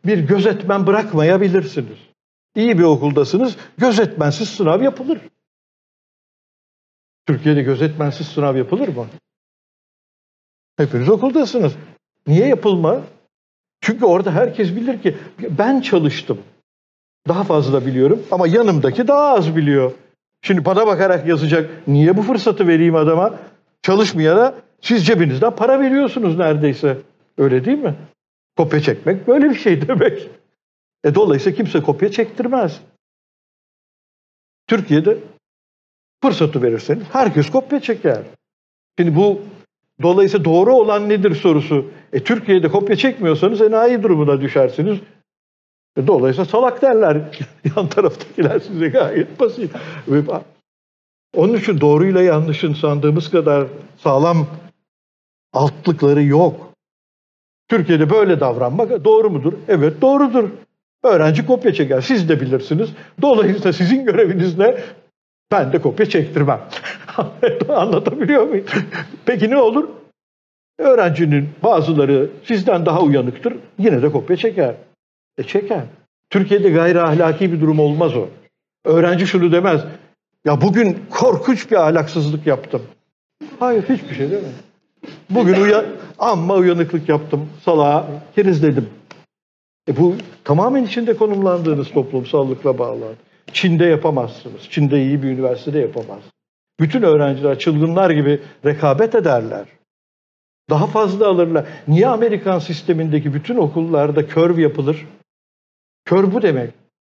bir gözetmen bırakmayabilirsiniz. İyi bir okuldasınız, gözetmensiz sınav yapılır. Türkiye'de gözetmensiz sınav yapılır mı? Hepiniz okuldasınız. Niye yapılma? Çünkü orada herkes bilir ki ben çalıştım. Daha fazla biliyorum ama yanımdaki daha az biliyor. Şimdi bana bakarak yazacak. Niye bu fırsatı vereyim adama? Çalışmayana siz cebinizden para veriyorsunuz neredeyse. Öyle değil mi? Kopya çekmek böyle bir şey demek. Dolayısıyla kimse kopya çektirmez. Türkiye'de fırsatı verirseniz herkes kopya çeker. Şimdi bu dolayısıyla doğru olan nedir sorusu. Türkiye'de kopya çekmiyorsanız enayi durumuna düşersiniz. Dolayısıyla salak derler. Yan taraftakiler size gayet basit. Onun için doğruyla yanlışın sandığımız kadar sağlam altlıkları yok. Türkiye'de böyle davranmak doğru mudur? Evet doğrudur. Öğrenci kopya çeker. Siz de bilirsiniz. Dolayısıyla sizin göreviniz ne? Ben de kopya çektirmem. Anlatabiliyor muyum? Peki ne olur? Öğrencinin bazıları sizden daha uyanıktır. Yine de kopya çeker. Çeker. Türkiye'de gayri ahlaki bir durum olmaz o. Öğrenci şunu demez. Ya bugün korkunç bir ahlaksızlık yaptım. Hayır hiçbir şey demez. Bugün amma uyanıklık yaptım. Salağa kerizledim. Bu tamamen içinde konumlandığınız toplumsallıkla bağlı. Çin'de yapamazsınız. Çin'de iyi bir üniversitede yapamazsınız. Bütün öğrenciler çılgınlar gibi rekabet ederler. Daha fazla alırlar. Niye Amerikan sistemindeki bütün okullarda curve yapılır? Kör bu demek.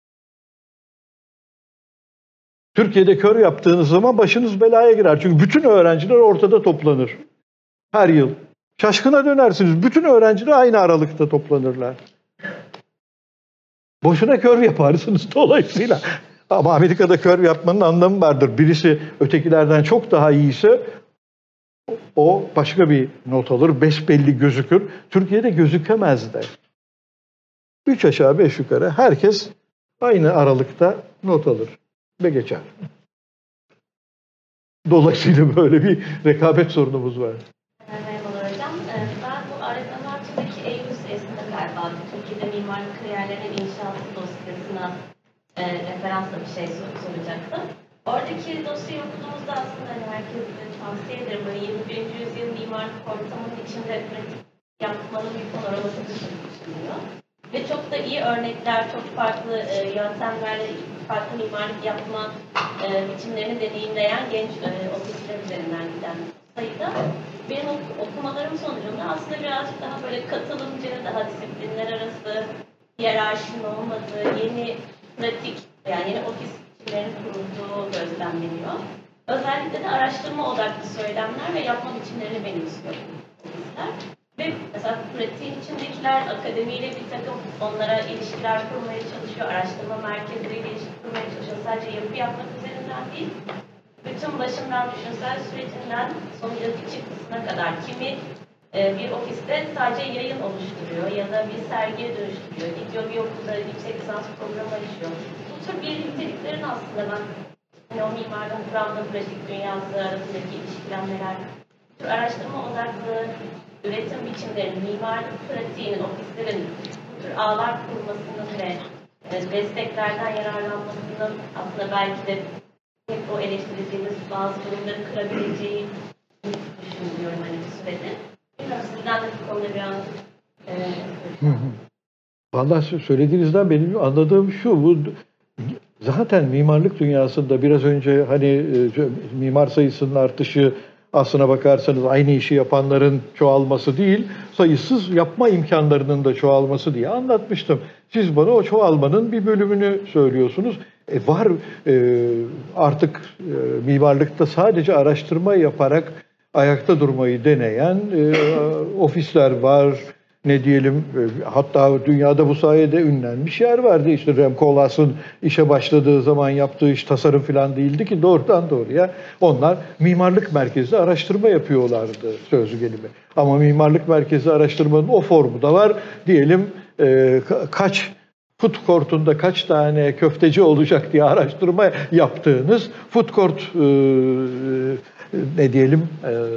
Türkiye'de kör yaptığınız zaman başınız belaya girer. Çünkü bütün öğrenciler ortada toplanır. Her yıl. Şaşkına dönersiniz. Bütün öğrenciler aynı aralıkta toplanırlar. Boşuna kör yaparsınız dolayısıyla. Ama Amerika'da kör yapmanın anlamı vardır. Birisi ötekilerden çok daha iyiyse o başka bir not alır. Besbelli gözükür. Türkiye'de gözükemez de. 3 aşağı 5 yukarı herkes aynı aralıkta not alır ve geçer. Dolayısıyla böyle bir rekabet sorunumuz var. Merhabalar hocam. Ben bu Arnavutluk'taki Eylül sayısında galiba Türkiye'de mimarlık kariyerlerinin inşaatı dosyasına referansla bir şey soracaktım. Oradaki dosyayı okuduğumuzda aslında herkese tavsiye ederim. Böyle 21. yüzyıl mimarlık ortamının içinde pratik yapmanın bir panoraması düşünülüyor. Ve çok da iyi örnekler, çok farklı yöntemlerle farklı mimarlık yapma biçimlerini deneyimleyen genç ofisler üzerinden giden sayıda benim okumalarım sonucunda aslında birazcık daha böyle katılımcı, daha disiplinler arası hiyerarşinin olmadığı, yeni pratik, yani yeni ofis biçimlerinin kurulduğu gözlemleniyor. Özellikle de araştırma odaklı söylemler ve yapma biçimlerini benimsiyor ofisler. Ve mesela pratiğin içindekiler akademiyle bir takım onlara ilişkiler kurmaya çalışıyor, araştırma merkezleriyle ilişki kurmaya çalışıyor. Sadece yapı yapmak üzerinden değil, bütün başından düşünsel sürecinden sonucundaki çıktısına kadar kimi bir ofiste sadece yayın oluşturuyor ya da bir sergiye dönüştürüyor, gidiyor bir okulda yüksek lisans programı açıyor. Bu tür birlikteliklerin aslında ben o mimarlığın kuramla pratik dünyası arasındaki ilişkilenmeler, bu tür araştırma odaklı üretim biçimlerinin, mimarlık pratiğinin, ofislerin bu tür ağlar kurmasının ve desteklerden yararlanmasının aslında belki de hep o eleştirdiğimiz bazı durumları kırabileceği düşünüyorum hani bir sürede. Bilmiyorum sizden de bu konuda biraz Vallahi söylediğinizden benim anladığım şu, bu zaten mimarlık dünyasında biraz önce hani mimar sayısının artışı aslına bakarsanız aynı işi yapanların çoğalması değil, sayısız yapma imkanlarının da çoğalması diye anlatmıştım. Siz bana o çoğalmanın bir bölümünü söylüyorsunuz. Var artık mimarlıkta sadece araştırma yaparak ayakta durmayı deneyen ofisler var. Ne diyelim, hatta dünyada bu sayede ünlenmiş yer vardı. İşte Rem Koolhaas'ın işe başladığı zaman yaptığı iş tasarım falan değildi ki doğrudan doğruya. Onlar mimarlık merkezli araştırma yapıyorlardı sözü gelimi. Ama mimarlık merkezli araştırmanın o formu da var. Diyelim kaç food court'unda kaç tane köfteci olacak diye araştırma yaptığınız food court ne diyelim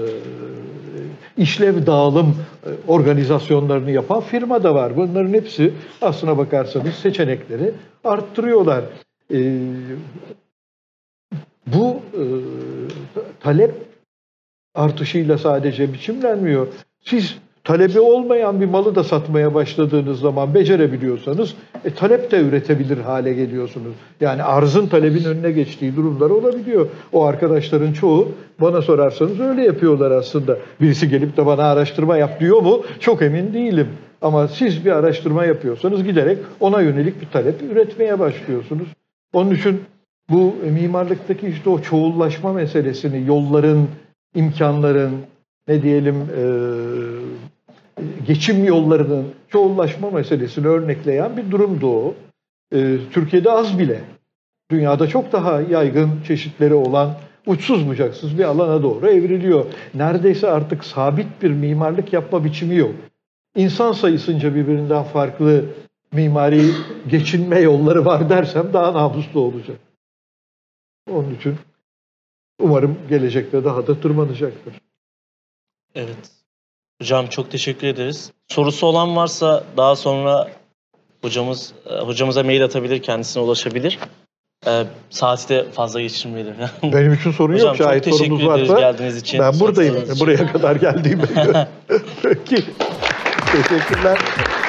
işlev dağılım organizasyonlarını yapan firma da var. Bunların hepsi aslına bakarsanız seçenekleri arttırıyorlar. Bu talep artışıyla sadece biçimlenmiyor. Siz talebi olmayan bir malı da satmaya başladığınız zaman becerebiliyorsanız talep de üretebilir hale geliyorsunuz. Yani arzın talebin önüne geçtiği durumlar olabiliyor. O arkadaşların çoğu bana sorarsanız öyle yapıyorlar aslında. Birisi gelip de bana araştırma yap diyor mu? Çok emin değilim. Ama siz bir araştırma yapıyorsanız giderek ona yönelik bir talep üretmeye başlıyorsunuz. Onun için bu mimarlıktaki işte o çoğullaşma meselesini, yolların, imkanların, ne diyelim geçim yollarının çoğullaşma meselesini örnekleyen bir durumdu o. Türkiye'de az bile. Dünyada çok daha yaygın çeşitleri olan uçsuz bucaksız bir alana doğru evriliyor. Neredeyse artık sabit bir mimarlık yapma biçimi yok. İnsan sayısınca birbirinden farklı mimari geçinme yolları var dersem daha namuslu olacak. Onun için umarım gelecekte daha da tırmanacaktır. Evet. Hocam çok teşekkür ederiz. Sorusu olan varsa daha sonra hocamıza mail atabilir, kendisine ulaşabilir. Saati de fazla geçirmeyelim. Benim için sorun Hocam, yok. çok Şayet teşekkür sorunuz ederiz varsa geldiğiniz için. ben buradayım. Sorularınız için. Buraya kadar geldiğime göre. Peki. Teşekkürler.